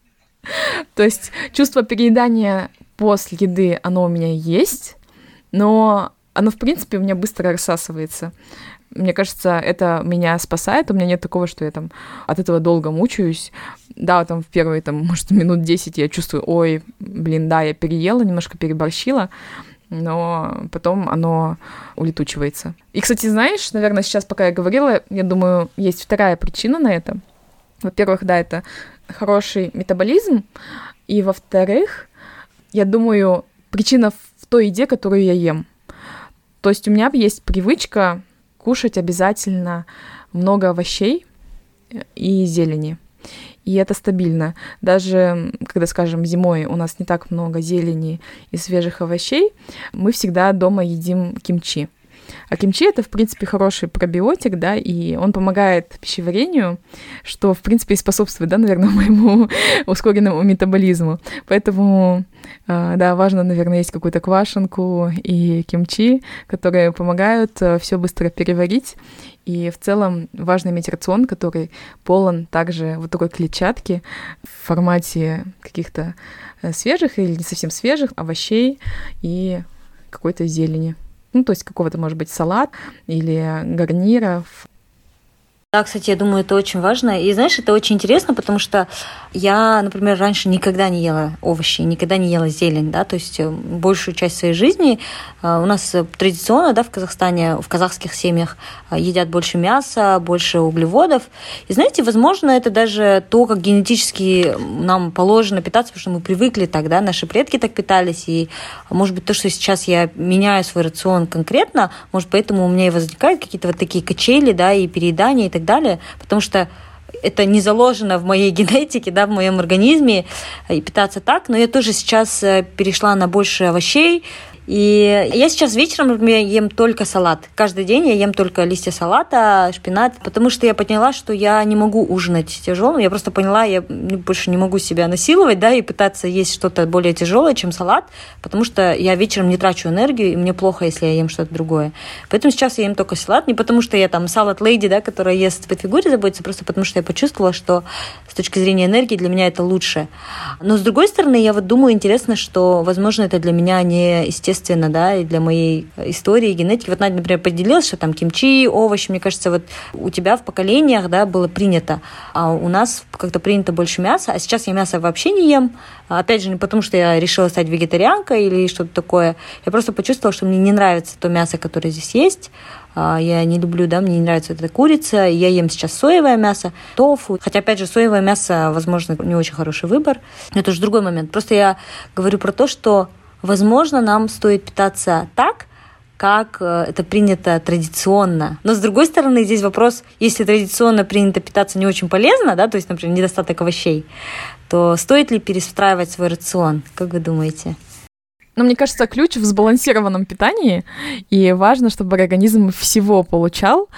То есть чувство переедания после еды, оно у меня есть, но оно, в принципе, у меня быстро рассасывается. Мне кажется, это меня спасает, у меня нет такого, что я там от этого долго мучаюсь. Да, там в первые, там, может, минут десять я чувствую, ой, блин, да, я переела, немножко переборщила, но потом оно улетучивается. И, кстати, знаешь, наверное, сейчас, пока я говорила, я думаю, есть вторая причина на это. Во-первых, да, это хороший метаболизм, и, во-вторых, я думаю, причина в той еде, которую я ем. То есть у меня есть привычка кушать обязательно много овощей и зелени. и это стабильно. Даже когда, скажем, зимой у нас не так много зелени и свежих овощей, мы всегда дома едим кимчи. А кимчи — это, в принципе, хороший пробиотик, да, и он помогает пищеварению, что, в принципе, и способствует, да, наверное, моему ускоренному метаболизму. Поэтому, да, важно, наверное, есть какую-то квашенку и кимчи, которые помогают все быстро переварить. И в целом важно иметь рацион, который полон также вот такой клетчатки в формате каких-то свежих или не совсем свежих овощей и какой-то зелени. Ну, то есть какого-то, может быть, салат или гарниров. Да, кстати, я думаю, это очень важно. И знаешь, это очень интересно, потому что я, например, раньше никогда не ела овощи, никогда не ела зелень, да, то есть большую часть своей жизни у нас традиционно, да, в Казахстане, в казахских семьях едят больше мяса, больше углеводов. И знаете, возможно, это даже то, как генетически нам положено питаться, потому что мы привыкли так, да, наши предки так питались, и, может быть, то, что сейчас я меняю свой рацион конкретно, может, поэтому у меня и возникают какие-то вот такие качели, да, и переедания, и так далее, потому что это не заложено в моей генетике, да, в моем организме, и питаться так, но я тоже сейчас перешла на больше овощей. И я сейчас вечером, например, ем только салат. Каждый день я ем только листья салата, шпинат, потому что я поняла, что я не могу ужинать тяжелым. Я просто поняла, я больше не могу себя насиловать, да, и пытаться есть что-то более тяжелое, чем салат, потому что я вечером не трачу энергию, и мне плохо, если я ем что-то другое. Поэтому сейчас я ем только салат, не потому что я там салат-лейди, да, которая ест по фигуре заботится, просто потому что я почувствовала, что с точки зрения энергии для меня это лучше. Но с другой стороны, я вот думаю, интересно, что, возможно, это для меня не естественно, да, и для моей истории, генетики. Вот Надя, например, поделилась, что там кимчи, овощи, мне кажется, вот у тебя в поколениях, да, было принято, а у нас как-то принято больше мяса, а сейчас я мясо вообще не ем. Опять же, не потому, что я решила стать вегетарианкой или что-то такое, я просто почувствовала, что мне не нравится то мясо, которое здесь есть. Я не люблю, да, мне не нравится эта курица, я ем сейчас соевое мясо, тофу. Хотя, опять же, соевое мясо, возможно, не очень хороший выбор, но это уже другой момент. Просто я говорю про то, что возможно, нам стоит питаться так, как это принято традиционно. Но, с другой стороны, здесь вопрос, если традиционно принято питаться не очень полезно, да, то есть, например, недостаток овощей, то стоит ли перестраивать свой рацион? Как вы думаете? Но мне кажется, ключ в сбалансированном питании, и важно, чтобы организм всего получал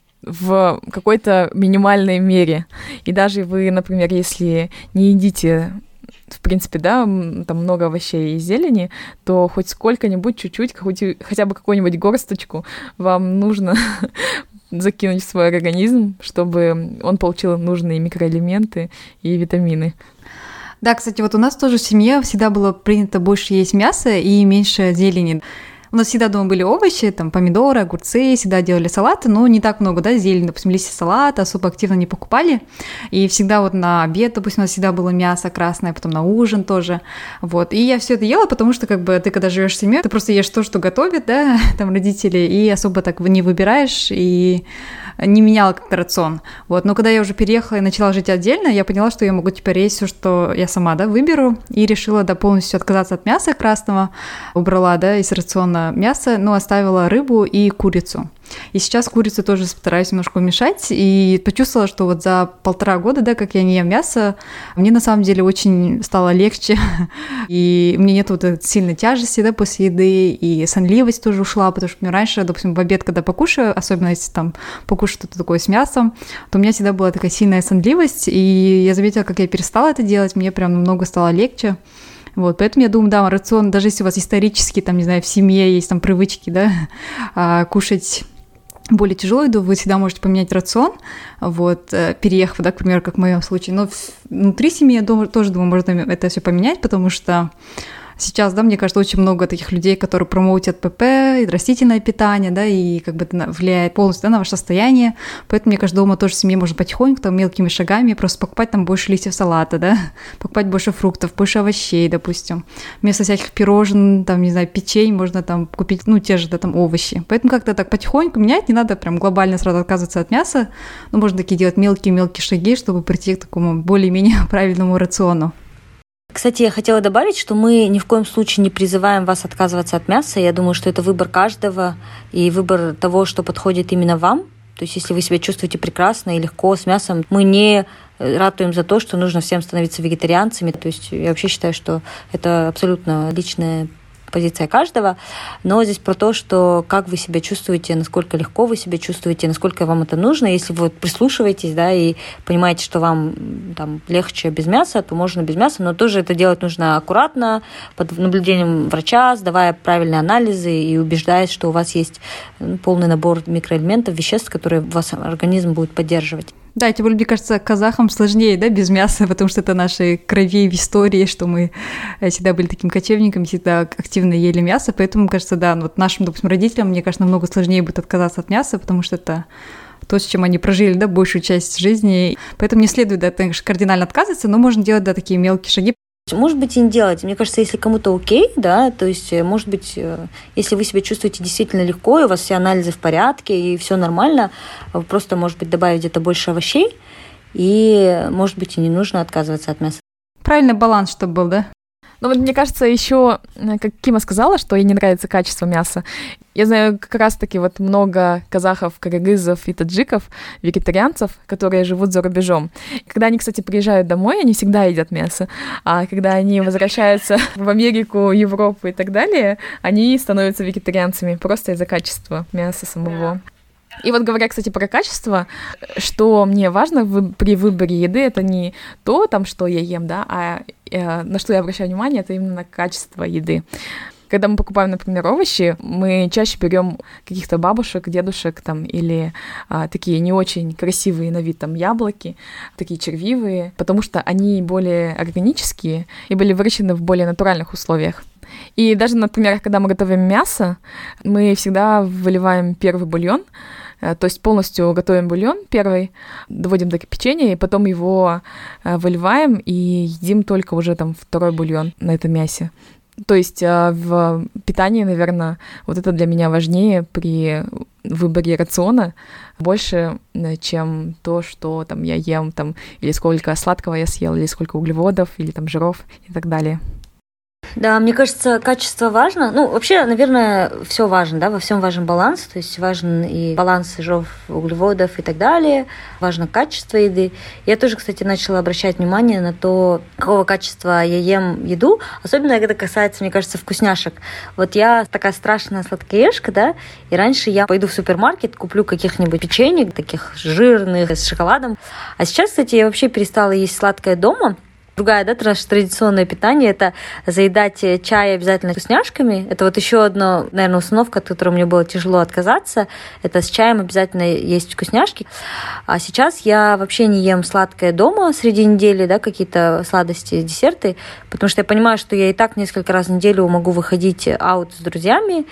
в какой-то минимальной мере. И даже вы, например, если не едите, в принципе, да, там много овощей и зелени, то хоть сколько-нибудь, чуть-чуть, хоть, хотя бы какую-нибудь горсточку вам нужно закинуть в свой организм, чтобы он получил нужные микроэлементы и витамины. Да, кстати, вот у нас тоже в семье всегда было принято больше есть мясо и меньше зелени. У нас всегда дома были овощи, там помидоры, огурцы, всегда делали салаты, но не так много, да, зелени, допустим, листья салата особо активно не покупали, и всегда вот на обед, допустим, у нас всегда было мясо красное, потом на ужин тоже, вот, и я все это ела, потому что, как бы, ты, когда живешь в семье, ты просто ешь то, что готовят, да, там, родители, и особо так не выбираешь, и не меняла как-то рацион, вот, но когда я уже переехала и начала жить отдельно, я поняла, что я могу теперь есть все, что я сама, да, выберу, и решила, да, полностью отказаться от мяса красного, убрала, да, из рациона мясо, но оставила рыбу и курицу. И сейчас курицу тоже стараюсь немножко уменьшать, и почувствовала, что вот за полтора года, да, как я не ем мясо, мне на самом деле очень стало легче, и у меня нет вот этой сильной тяжести, да, после еды, и сонливость тоже ушла, потому что мне раньше, допустим, в обед, когда покушаю, особенно если там покушаю что-то такое с мясом, то у меня всегда была такая сильная сонливость, и я заметила, как я перестала это делать, мне прям намного стало легче. Вот, поэтому я думаю, да, рацион, даже если у вас исторически, там, не знаю, в семье есть там привычки, да, кушать более тяжелую еду, вы всегда можете поменять рацион, вот, переехав, да, к примеру, как в моем случае. Но внутри семьи, я думаю, тоже думаю, можно это все поменять, потому что сейчас, да, мне кажется, очень много таких людей, которые промоутят ПП, растительное питание, да, и как бы это влияет полностью, да, на ваше состояние. Поэтому, мне кажется, дома тоже в семье можно потихоньку, там, мелкими шагами просто покупать там больше листьев салата, да, покупать больше фруктов, больше овощей, допустим. Вместо всяких пирожен, там, не знаю, печень можно там купить, ну, те же, да, там, овощи. Поэтому как-то так потихоньку менять, не надо прям глобально сразу отказываться от мяса, но можно такие делать мелкие-мелкие шаги, чтобы прийти к такому более-менее правильному рациону. Кстати, я хотела добавить, что мы ни в коем случае не призываем вас отказываться от мяса. Я думаю, что это выбор каждого и выбор того, что подходит именно вам. То есть если вы себя чувствуете прекрасно и легко с мясом, мы не ратуем за то, что нужно всем становиться вегетарианцами. То есть я вообще считаю, что это абсолютно личная позиция каждого, но здесь про то, что как вы себя чувствуете, насколько легко вы себя чувствуете, насколько вам это нужно. Если вы прислушиваетесь, да, и понимаете, что вам там легче без мяса, то можно без мяса, но тоже это делать нужно аккуратно, под наблюдением врача, сдавая правильные анализы и убеждаясь, что у вас есть полный набор микроэлементов, веществ, которые ваш организм будет поддерживать. Да, тем более, мне кажется, казахам сложнее, да, без мяса, потому что это нашей крови в истории, что мы всегда были таким кочевником, всегда активно ели мясо, поэтому, кажется, да, вот нашим, допустим, родителям, мне кажется, намного сложнее будет отказаться от мяса, потому что это то, с чем они прожили, да, большую часть жизни, поэтому не следует, да, конечно, кардинально отказываться, но можно делать, да, такие мелкие шаги. Может быть, и не делать. Мне кажется, если кому-то окей, да, то есть, может быть, если вы себя чувствуете действительно легко, и у вас все анализы в порядке, и все нормально, просто, может быть, добавить где-то больше овощей, и, может быть, и не нужно отказываться от мяса. Правильный баланс, чтобы был, да? Ну вот мне кажется, еще, как Кима сказала, что ей не нравится качество мяса. Я знаю как раз-таки вот много казахов, кыргызов и таджиков, вегетарианцев, которые живут за рубежом. Когда они, кстати, приезжают домой, они всегда едят мясо. А когда они возвращаются в Америку, Европу и так далее, они становятся вегетарианцами просто из-за качества мяса самого. И вот говоря, кстати, про качество, что мне важно в, при выборе еды, это не то, там, что я ем, да, а э, на что я обращаю внимание, это именно качество еды. Когда мы покупаем, например, овощи, мы чаще берем каких-то бабушек, дедушек там, или а, такие не очень красивые на вид там яблоки, такие червивые, потому что они более органические и были выращены в более натуральных условиях. И даже, например, когда мы готовим мясо, мы всегда выливаем первый бульон, то есть полностью готовим бульон первый, доводим до кипячения, и потом его выливаем и едим только уже там второй бульон на этом мясе. То есть в питании, наверное, вот это для меня важнее при выборе рациона больше, чем то, что там я ем, там, или сколько сладкого я съел, или сколько углеводов, или там жиров и так далее. Да, мне кажется, качество важно. Ну, вообще, наверное, все важно, да, во всем важен баланс. То есть важен и баланс жиров, углеводов и так далее. Важно качество еды. Я тоже, кстати, начала обращать внимание на то, какого качества я ем еду. Особенно, когда касается, мне кажется, вкусняшек. Вот я такая страшная сладкоежка, да, и раньше я пойду в супермаркет, куплю каких-нибудь печенек, таких жирных, с шоколадом. А сейчас, кстати, я вообще перестала есть сладкое дома. Другая, да, традиционное питание – это заедать чай обязательно вкусняшками. Это вот еще одна, наверное, установка, от которой мне было тяжело отказаться. Это с чаем обязательно есть вкусняшки. А сейчас я вообще не ем сладкое дома среди недели, да, какие-то сладости, десерты, потому что я понимаю, что я и так несколько раз в неделю могу выходить аут с друзьями,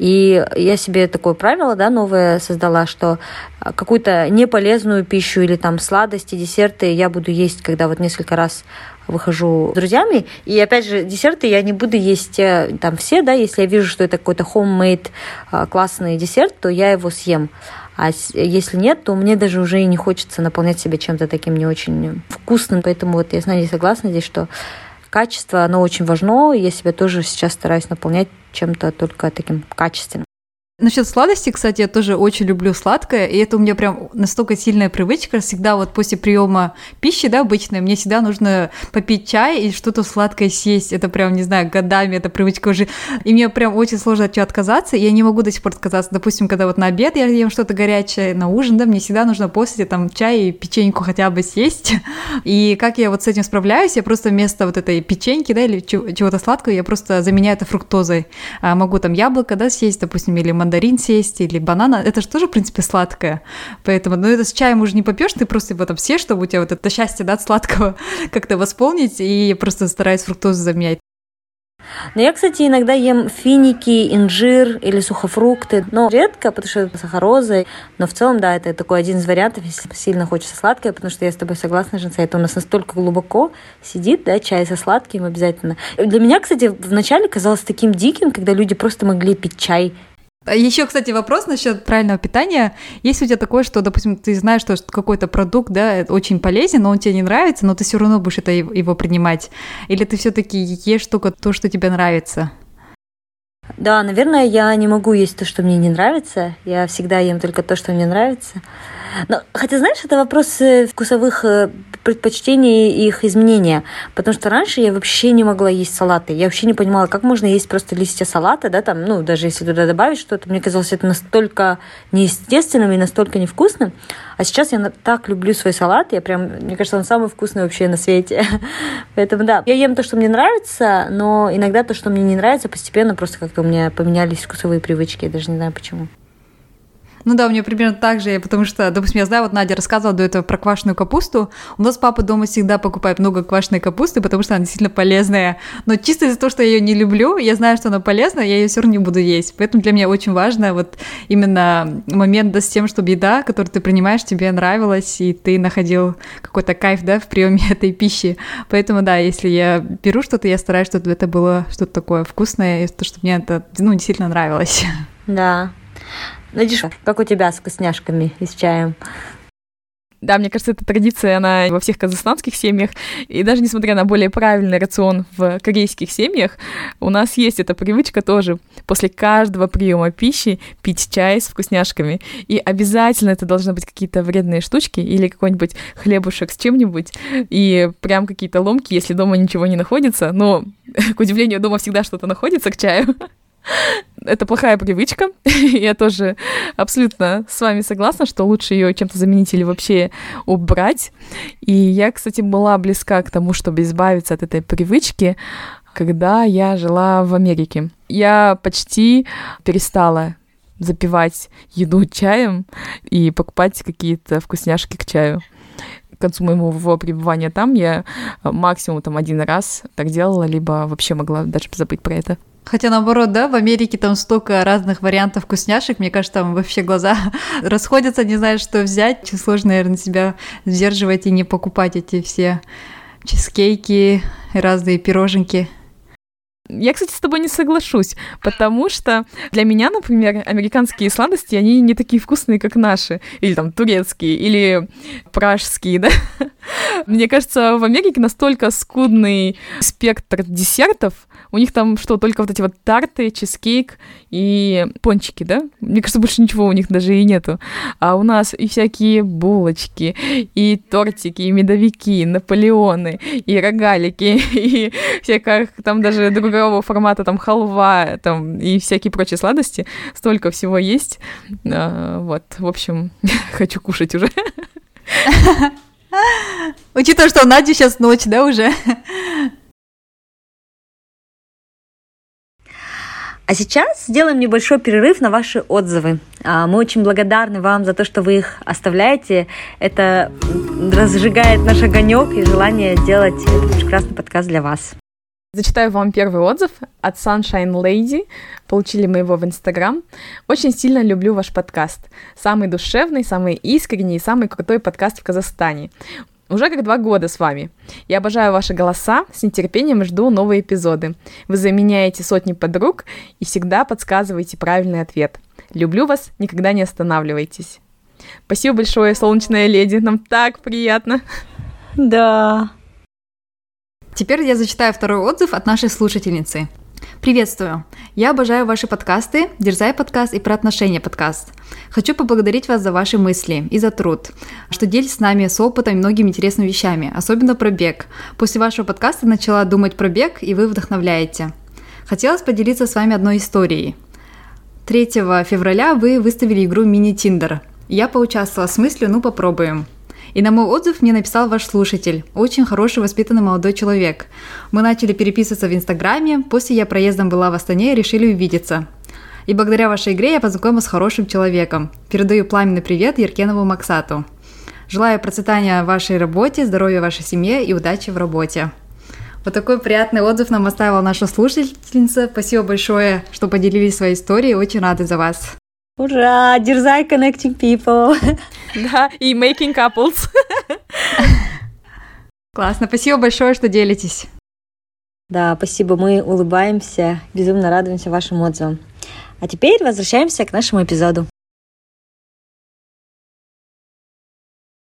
и я себе такое правило, да, новое создала, что какую-то неполезную пищу или там сладости, десерты я буду есть, когда вот несколько раз выхожу с друзьями. И опять же, десерты я не буду есть там все, да, если я вижу, что это какой-то homemade классный десерт, то я его съем. А если нет, то мне даже уже и не хочется наполнять себя чем-то таким не очень вкусным. Поэтому вот я с Надей согласна здесь, что качество, оно очень важно. Я себя тоже сейчас стараюсь наполнять чем-то только таким качественным. Насчет сладости, кстати, я тоже очень люблю сладкое, и это у меня прям настолько сильная привычка. Всегда вот после приема пищи, да, обычной, мне всегда нужно попить чай и что-то сладкое съесть. Это прям, не знаю, годами эта привычка уже. И мне прям очень сложно от нее отказаться, и я не могу до сих пор отказаться. Допустим, когда вот на обед я ем что-то горячее, на ужин, да, мне всегда нужно после там чая и печеньку хотя бы съесть. И как я вот с этим справляюсь, я просто вместо вот этой печеньки, да, или чего-то сладкого, я просто заменяю это фруктозой. Могу там яблоко, да, съесть, допустим, или мандарин съесть, или банана, это же тоже, в принципе, сладкое. Поэтому, ну, это с чаем уже не попьешь, ты просто его там съешь, чтобы у тебя вот это счастье, да, от сладкого как-то восполнить, и просто стараюсь фруктозу заменять. Но я, кстати, иногда ем финики, инжир или сухофрукты, но редко, потому что это сахароза. Но в целом, да, это такой один из вариантов, если сильно хочется сладкое, потому что я с тобой согласна, Женса, это у нас настолько глубоко сидит, да, чай со сладким обязательно. Для меня, кстати, вначале казалось таким диким, когда люди просто могли пить чай. Еще, кстати, вопрос насчет правильного питания. Если у тебя такое, что, допустим, ты знаешь, что какой-то продукт, да, очень полезен, но он тебе не нравится, но ты все равно будешь это его принимать, или ты все-таки ешь только то, что тебе нравится? Да, наверное, я не могу есть то, что мне не нравится. Я всегда ем только то, что мне нравится. Но, хотя, знаешь, это вопрос вкусовых предпочтений и их изменения. Потому что раньше я вообще не могла есть салаты. Я вообще не понимала, как можно есть просто листья салата, да, там, ну, даже если туда добавить что-то. Мне казалось, это настолько неестественным и настолько невкусным. А сейчас я так люблю свой салат. Я прям, мне кажется, он самый вкусный вообще на свете. Поэтому, да, я ем то, что мне нравится, но иногда то, что мне не нравится, постепенно просто как-то у меня поменялись вкусовые привычки. Я даже не знаю, почему. Ну да, у меня примерно так же, потому что, допустим, я знаю, вот Надя рассказывала до этого про квашеную капусту. У нас папа дома всегда покупает много квашеной капусты, потому что она действительно полезная. Но чисто из-за того, что я ее не люблю, я знаю, что она полезная, я ее все равно не буду есть. Поэтому для меня очень важно вот именно момент да, с тем, чтобы еда, которую ты принимаешь, тебе нравилась, и ты находил какой-то кайф, да, в приеме этой пищи. Поэтому, да, если я беру что-то, я стараюсь, чтобы это было что-то такое вкусное, и то, чтобы мне это, ну, действительно нравилось. Да. Надюш, как у тебя с вкусняшками и с чаем? Да, мне кажется, эта традиция, она во всех казахстанских семьях, и даже несмотря на более правильный рацион в корейских семьях, у нас есть эта привычка тоже после каждого приема пищи пить чай с вкусняшками. И обязательно это должны быть какие-то вредные штучки или какой-нибудь хлебушек с чем-нибудь, и прям какие-то ломки, если дома ничего не находится. Но, к удивлению, дома всегда что-то находится к чаю. Это плохая привычка. Я тоже абсолютно с вами согласна, что лучше ее чем-то заменить или вообще убрать. И я, кстати, была близка к тому, чтобы избавиться от этой привычки, когда я жила в Америке. Я почти перестала запивать еду чаем и покупать какие-то вкусняшки к чаю. К концу моего пребывания там я максимум там один раз так делала, либо вообще могла даже забыть про это. Хотя наоборот, да, в Америке там столько разных вариантов вкусняшек, мне кажется, там вообще глаза расходятся, не знаешь, что взять. Очень сложно, наверное, себя сдерживать и не покупать эти все чизкейки и разные пироженки. Я, кстати, с тобой не соглашусь, потому что для меня, например, американские сладости, они не такие вкусные, как наши, или там турецкие, или пражские, да? Мне кажется, в Америке настолько скудный спектр десертов, у них там что, только вот эти вот тарты, чизкейк и пончики, да? Мне кажется, больше ничего у них даже и нету. А у нас и всякие булочки, и тортики, и медовики, и наполеоны, и рогалики, и всяких там даже другого формата, там халва, там и всякие прочие сладости. Столько всего есть. А, вот, в общем, хочу кушать уже. Учитывая, что у Нади сейчас ночь, да, уже? А сейчас сделаем небольшой перерыв на ваши отзывы. Мы очень благодарны вам за то, что вы их оставляете. Это разжигает наш огонек и желание делать этот прекрасный подкаст для вас. Зачитаю вам первый отзыв от Sunshine Lady. Получили мы его в Инстаграм. Очень сильно люблю ваш подкаст. Самый душевный, самый искренний и самый крутой подкаст в Казахстане. Уже как два года с вами. Я обожаю ваши голоса, с нетерпением жду новые эпизоды. Вы заменяете сотни подруг и всегда подсказываете правильный ответ. Люблю вас, никогда не останавливайтесь. Спасибо большое, солнечная леди, нам так приятно. Да. Теперь я зачитаю второй отзыв от нашей слушательницы. Приветствую! Я обожаю ваши подкасты, Дерзай подкаст и про отношения подкаст. Хочу поблагодарить вас за ваши мысли и за труд, что делитесь с нами с опытом и многими интересными вещами, особенно про бег. После вашего подкаста начала думать про бег, и вы вдохновляете. Хотелось поделиться с вами одной историей. третьего февраля вы выставили игру «Мини-Тиндер». Я поучаствовала с мыслью «Ну попробуем». И на мой отзыв мне написал ваш слушатель, очень хороший, воспитанный молодой человек. Мы начали переписываться в Инстаграме, после я проездом была в Астане и решили увидеться. И благодаря вашей игре я познакомилась с хорошим человеком. Передаю пламенный привет Яркенову Максату. Желаю процветания в вашей работе, здоровья вашей семье и удачи в работе. Вот такой приятный отзыв нам оставила наша слушательница. Спасибо большое, что поделились своей историей, очень рады за вас. Ура! Дерзай connecting people! Да, и making couples. Классно, спасибо большое, что делитесь. Да, спасибо, мы улыбаемся, безумно радуемся вашим отзывам. А теперь возвращаемся к нашему эпизоду.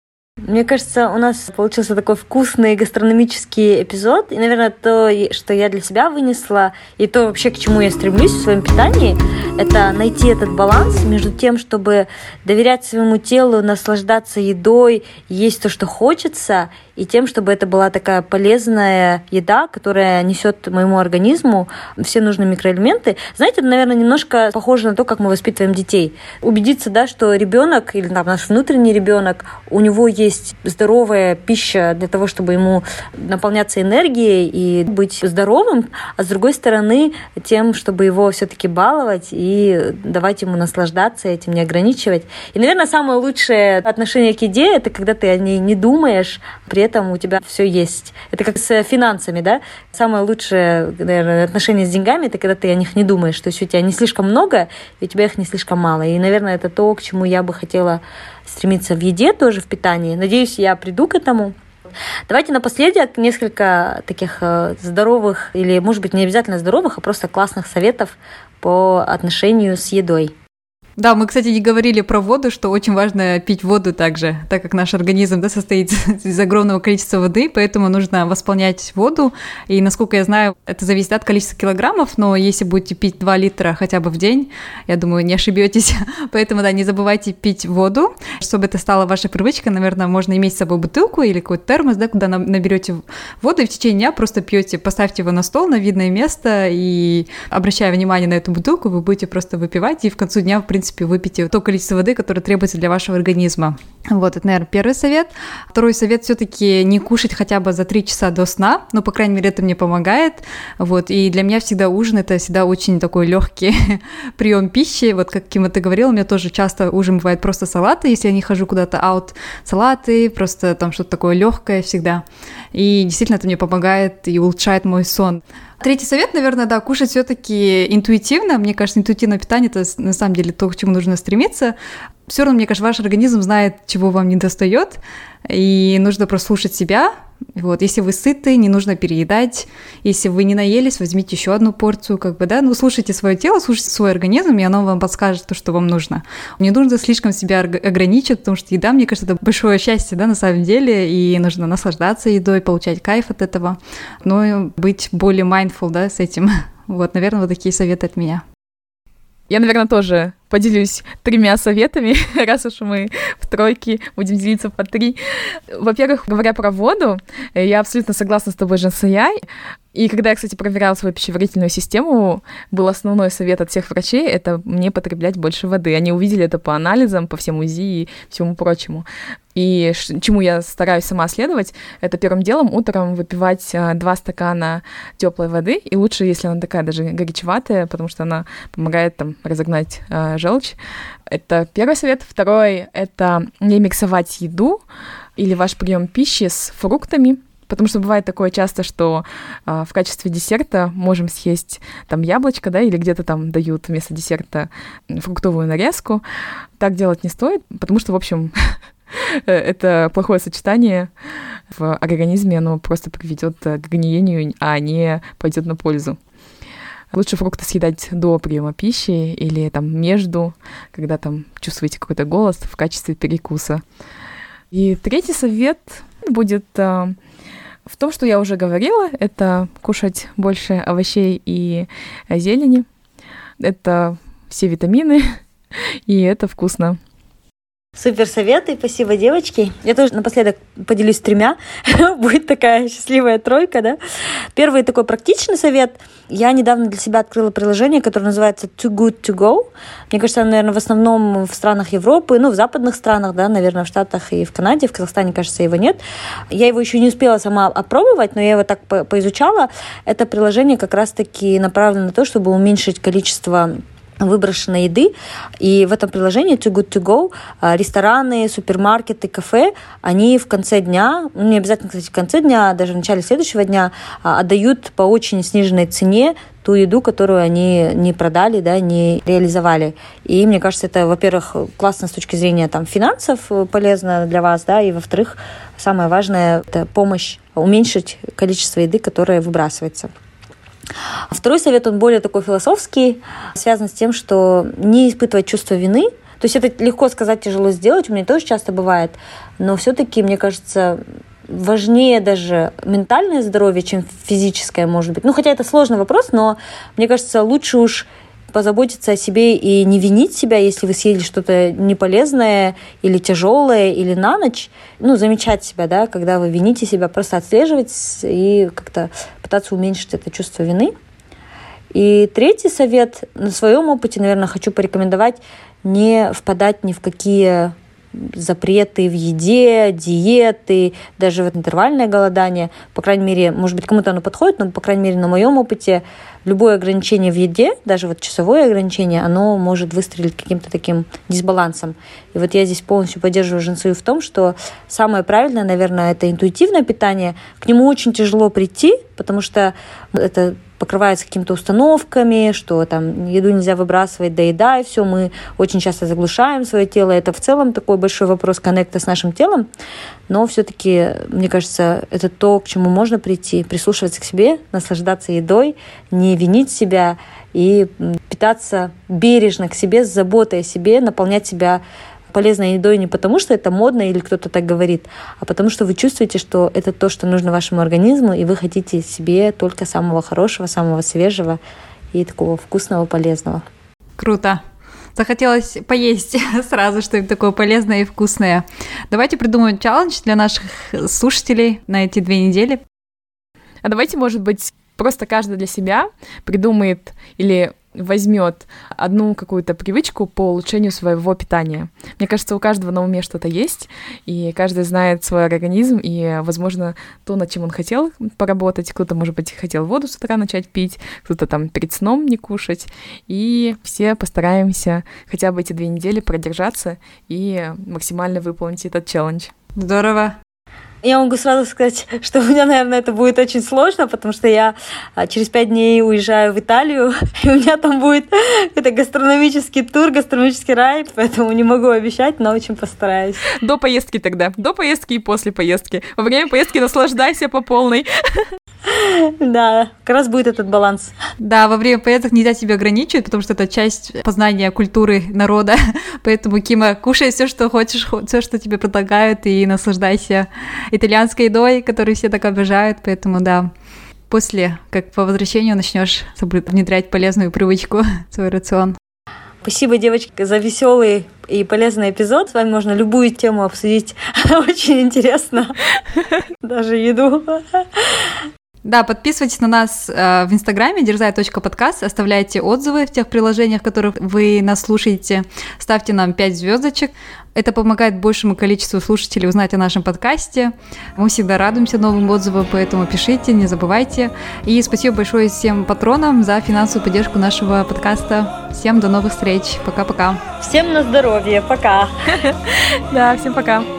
Мне кажется, у нас получился такой вкусный гастрономический эпизод. И, наверное, то, что я для себя вынесла, и то вообще, к чему я стремлюсь в своем питании, это найти этот баланс между тем, чтобы доверять своему телу, наслаждаться едой, есть то, что хочется, и тем, чтобы это была такая полезная еда, которая несет моему организму все нужные микроэлементы. Знаете, это, наверное, немножко похоже на то, как мы воспитываем детей. Убедиться, да, что ребенок или там, наш внутренний ребенок, у него есть здоровая пища для того, чтобы ему наполняться энергией и быть здоровым, а с другой стороны, тем, чтобы его все-таки баловать и давать ему наслаждаться этим, не ограничивать. И, наверное, самое лучшее отношение к еде — это когда ты о ней не думаешь, при этом у тебя все есть. Это как с финансами, да? Самое лучшее, наверное, отношение с деньгами — это когда ты о них не думаешь. То есть у тебя не слишком много, и у тебя их не слишком мало. И, наверное, это то, к чему я бы хотела стремиться в еде, тоже в питании. Надеюсь, я приду к этому. Давайте напоследок несколько таких здоровых, или, может быть, не обязательно здоровых, а просто классных советов по отношению с едой. Да, мы, кстати, не говорили про воду, что очень важно пить воду также, так как наш организм, да, состоит из огромного количества воды, поэтому нужно восполнять воду. И, насколько я знаю, это зависит от количества килограммов, но если будете пить два литра хотя бы в день, я думаю, не ошибетесь. Поэтому, да, не забывайте пить воду. Чтобы это стало вашей привычкой, наверное, можно иметь с собой бутылку или какой-то термос, да, куда наберете воду и в течение дня просто пьете, поставьте его на стол, на видное место, и, обращая внимание на эту бутылку, вы будете просто выпивать, и в конце дня, в принципе, выпейте то количество воды, которое требуется для вашего организма. Вот, это, наверное, первый совет. Второй совет — все-таки не кушать хотя бы за три часа до сна, ну, по крайней мере, это мне помогает. Вот, и для меня всегда ужин — это всегда очень такой легкий прием пищи. Вот, как Кима, ты говорила, у меня тоже часто ужин бывает просто салаты, если я не хожу куда-то аут, салаты, просто там что-то такое легкое всегда. И действительно это мне помогает и улучшает мой сон. Третий совет, наверное, да, кушать все-таки интуитивно. Мне кажется, интуитивное питание — это на самом деле то, к чему нужно стремиться. Все равно, мне кажется, ваш организм знает, чего вам недостает, и нужно просто слушать себя. Вот, если вы сыты, не нужно переедать. Если вы не наелись, возьмите еще одну порцию, как бы, да. Ну, слушайте свое тело, слушайте свой организм, и оно вам подскажет то, что вам нужно. Не нужно слишком себя ограничивать, потому что еда, мне кажется, это большое счастье, да, на самом деле, и нужно наслаждаться едой, получать кайф от этого, но быть более mindful, да, с этим. Вот, наверное, вот такие советы от меня. Я, наверное, тоже поделюсь тремя советами, раз уж мы в тройке будем делиться по три. Во-первых, говоря про воду, я абсолютно согласна с тобой, Жансая. И когда я, кстати, проверяла свою пищеварительную систему, был основной совет от всех врачей — это мне потреблять больше воды. Они увидели это по анализам, по всем УЗИ и всему прочему. И чему я стараюсь сама следовать, это первым делом утром выпивать два стакана теплой воды, и лучше, если она такая даже горячеватая, потому что она помогает там разогнать э, желчь. Это первый совет. Второй — это не миксовать еду или ваш прием пищи с фруктами. Потому что бывает такое часто, что э, в качестве десерта можем съесть там яблочко, да, или где-то там дают вместо десерта фруктовую нарезку. Так делать не стоит, потому что, в общем, это плохое сочетание в организме, оно просто приведет к гниению, а не пойдет на пользу. Лучше фрукты съедать до приема пищи или там между, когда там чувствуете какой-то голод, в качестве перекуса. И третий совет будет э, в том, что я уже говорила, это кушать больше овощей и зелени. Это все витамины, и это вкусно. Супер советы, спасибо, девочки. Я тоже напоследок поделюсь тремя. Будет такая счастливая тройка, да? Первый такой практичный совет. Я недавно для себя открыла приложение, которое называется Too Good To Go. Мне кажется, оно, наверное, в основном в странах Европы, ну, в западных странах, да, наверное, в Штатах и в Канаде. В Казахстане, кажется, его нет. Я его еще не успела сама опробовать, но я его так по- поизучала. Это приложение как раз-таки направлено на то, чтобы уменьшить количество выброшенной еды. И в этом приложении Too Good To Go рестораны, супермаркеты, кафе, они в конце дня, ну, не обязательно, кстати, в конце дня, даже в начале следующего дня отдают по очень сниженной цене ту еду, которую они не продали, да, не реализовали. И мне кажется, это, во-первых, классно с точки зрения там, финансов, полезно для вас, да, и, во-вторых, самое важное — это помощь уменьшить количество еды, которая выбрасывается. Второй совет, он более такой философский, связан с тем, что не испытывать чувство вины То есть это легко сказать, тяжело сделать, у меня тоже часто бывает, но все-таки, мне кажется, важнее даже ментальное здоровье, чем физическое, может быть. Ну, хотя это сложный вопрос, но мне кажется, лучше уж позаботиться о себе и не винить себя, если вы съели что-то неполезное или тяжелое, или на ночь. Ну, замечать себя, да, когда вы вините себя, просто отслеживать и как-то пытаться уменьшить это чувство вины. И третий совет. На своем опыте, наверное, хочу порекомендовать не впадать ни в какие запреты в еде, диеты, даже в интервальное голодание. По крайней мере, может быть, кому-то оно подходит, но, по крайней мере, на моем опыте любое ограничение в еде, даже вот часовое ограничение, оно может выстрелить каким-то таким дисбалансом. И вот я здесь полностью поддерживаю Жансую в том, что самое правильное, наверное, это интуитивное питание. К нему очень тяжело прийти, потому что это покрывается какими-то установками, что там еду нельзя выбрасывать, доедай, все, мы очень часто заглушаем свое тело. Это в целом такой большой вопрос коннекта с нашим телом, но все-таки, мне кажется, это то, к чему можно прийти, прислушиваться к себе, наслаждаться едой, не винить себя и питаться бережно к себе, с заботой о себе, наполнять себя полезной едой не потому, что это модно или кто-то так говорит, а потому что вы чувствуете, что это то, что нужно вашему организму, и вы хотите себе только самого хорошего, самого свежего и такого вкусного, полезного. Круто. Захотелось поесть сразу что-нибудь такое полезное и вкусное. Давайте придумаем челлендж для наших слушателей на эти две недели. А давайте, может быть, просто каждый для себя придумает или возьмет одну какую-то привычку по улучшению своего питания. Мне кажется, у каждого на уме что-то есть, и каждый знает свой организм, и, возможно, то, над чем он хотел поработать. Кто-то, может быть, хотел воду с утра начать пить, кто-то там перед сном не кушать. И все постараемся хотя бы эти две недели продержаться и максимально выполнить этот челлендж. Здорово. Я могу сразу сказать, что у меня, наверное, это будет очень сложно, потому что я через пять дней уезжаю в Италию, и у меня там будет это гастрономический тур, гастрономический райд, поэтому не могу обещать, но очень постараюсь. До поездки тогда, до поездки и после поездки. Во время поездки наслаждайся по полной. Да, как раз будет этот баланс. Да, во время поездок нельзя себя ограничивать, потому что это часть познания культуры народа. Поэтому, Кима, кушай все, что хочешь, все, что тебе предлагают, и наслаждайся итальянской едой, которую все так обожают. Поэтому, да, после, как по возвращению, начнешь внедрять полезную привычку в свой рацион. Спасибо, девочки, за веселый и полезный эпизод. С вами можно любую тему обсудить. Очень интересно. Даже еду. Да, подписывайтесь на нас э, в Инстаграме дерзай точка подкаст, оставляйте отзывы в тех приложениях, в которых вы нас слушаете, ставьте нам пять звездочек. Это помогает большему количеству слушателей узнать о нашем подкасте. Мы всегда радуемся новым отзывам, поэтому пишите, не забывайте. И спасибо большое всем патронам за финансовую поддержку нашего подкаста. Всем до новых встреч. Пока-пока. Всем на здоровье. Пока. Да, всем пока.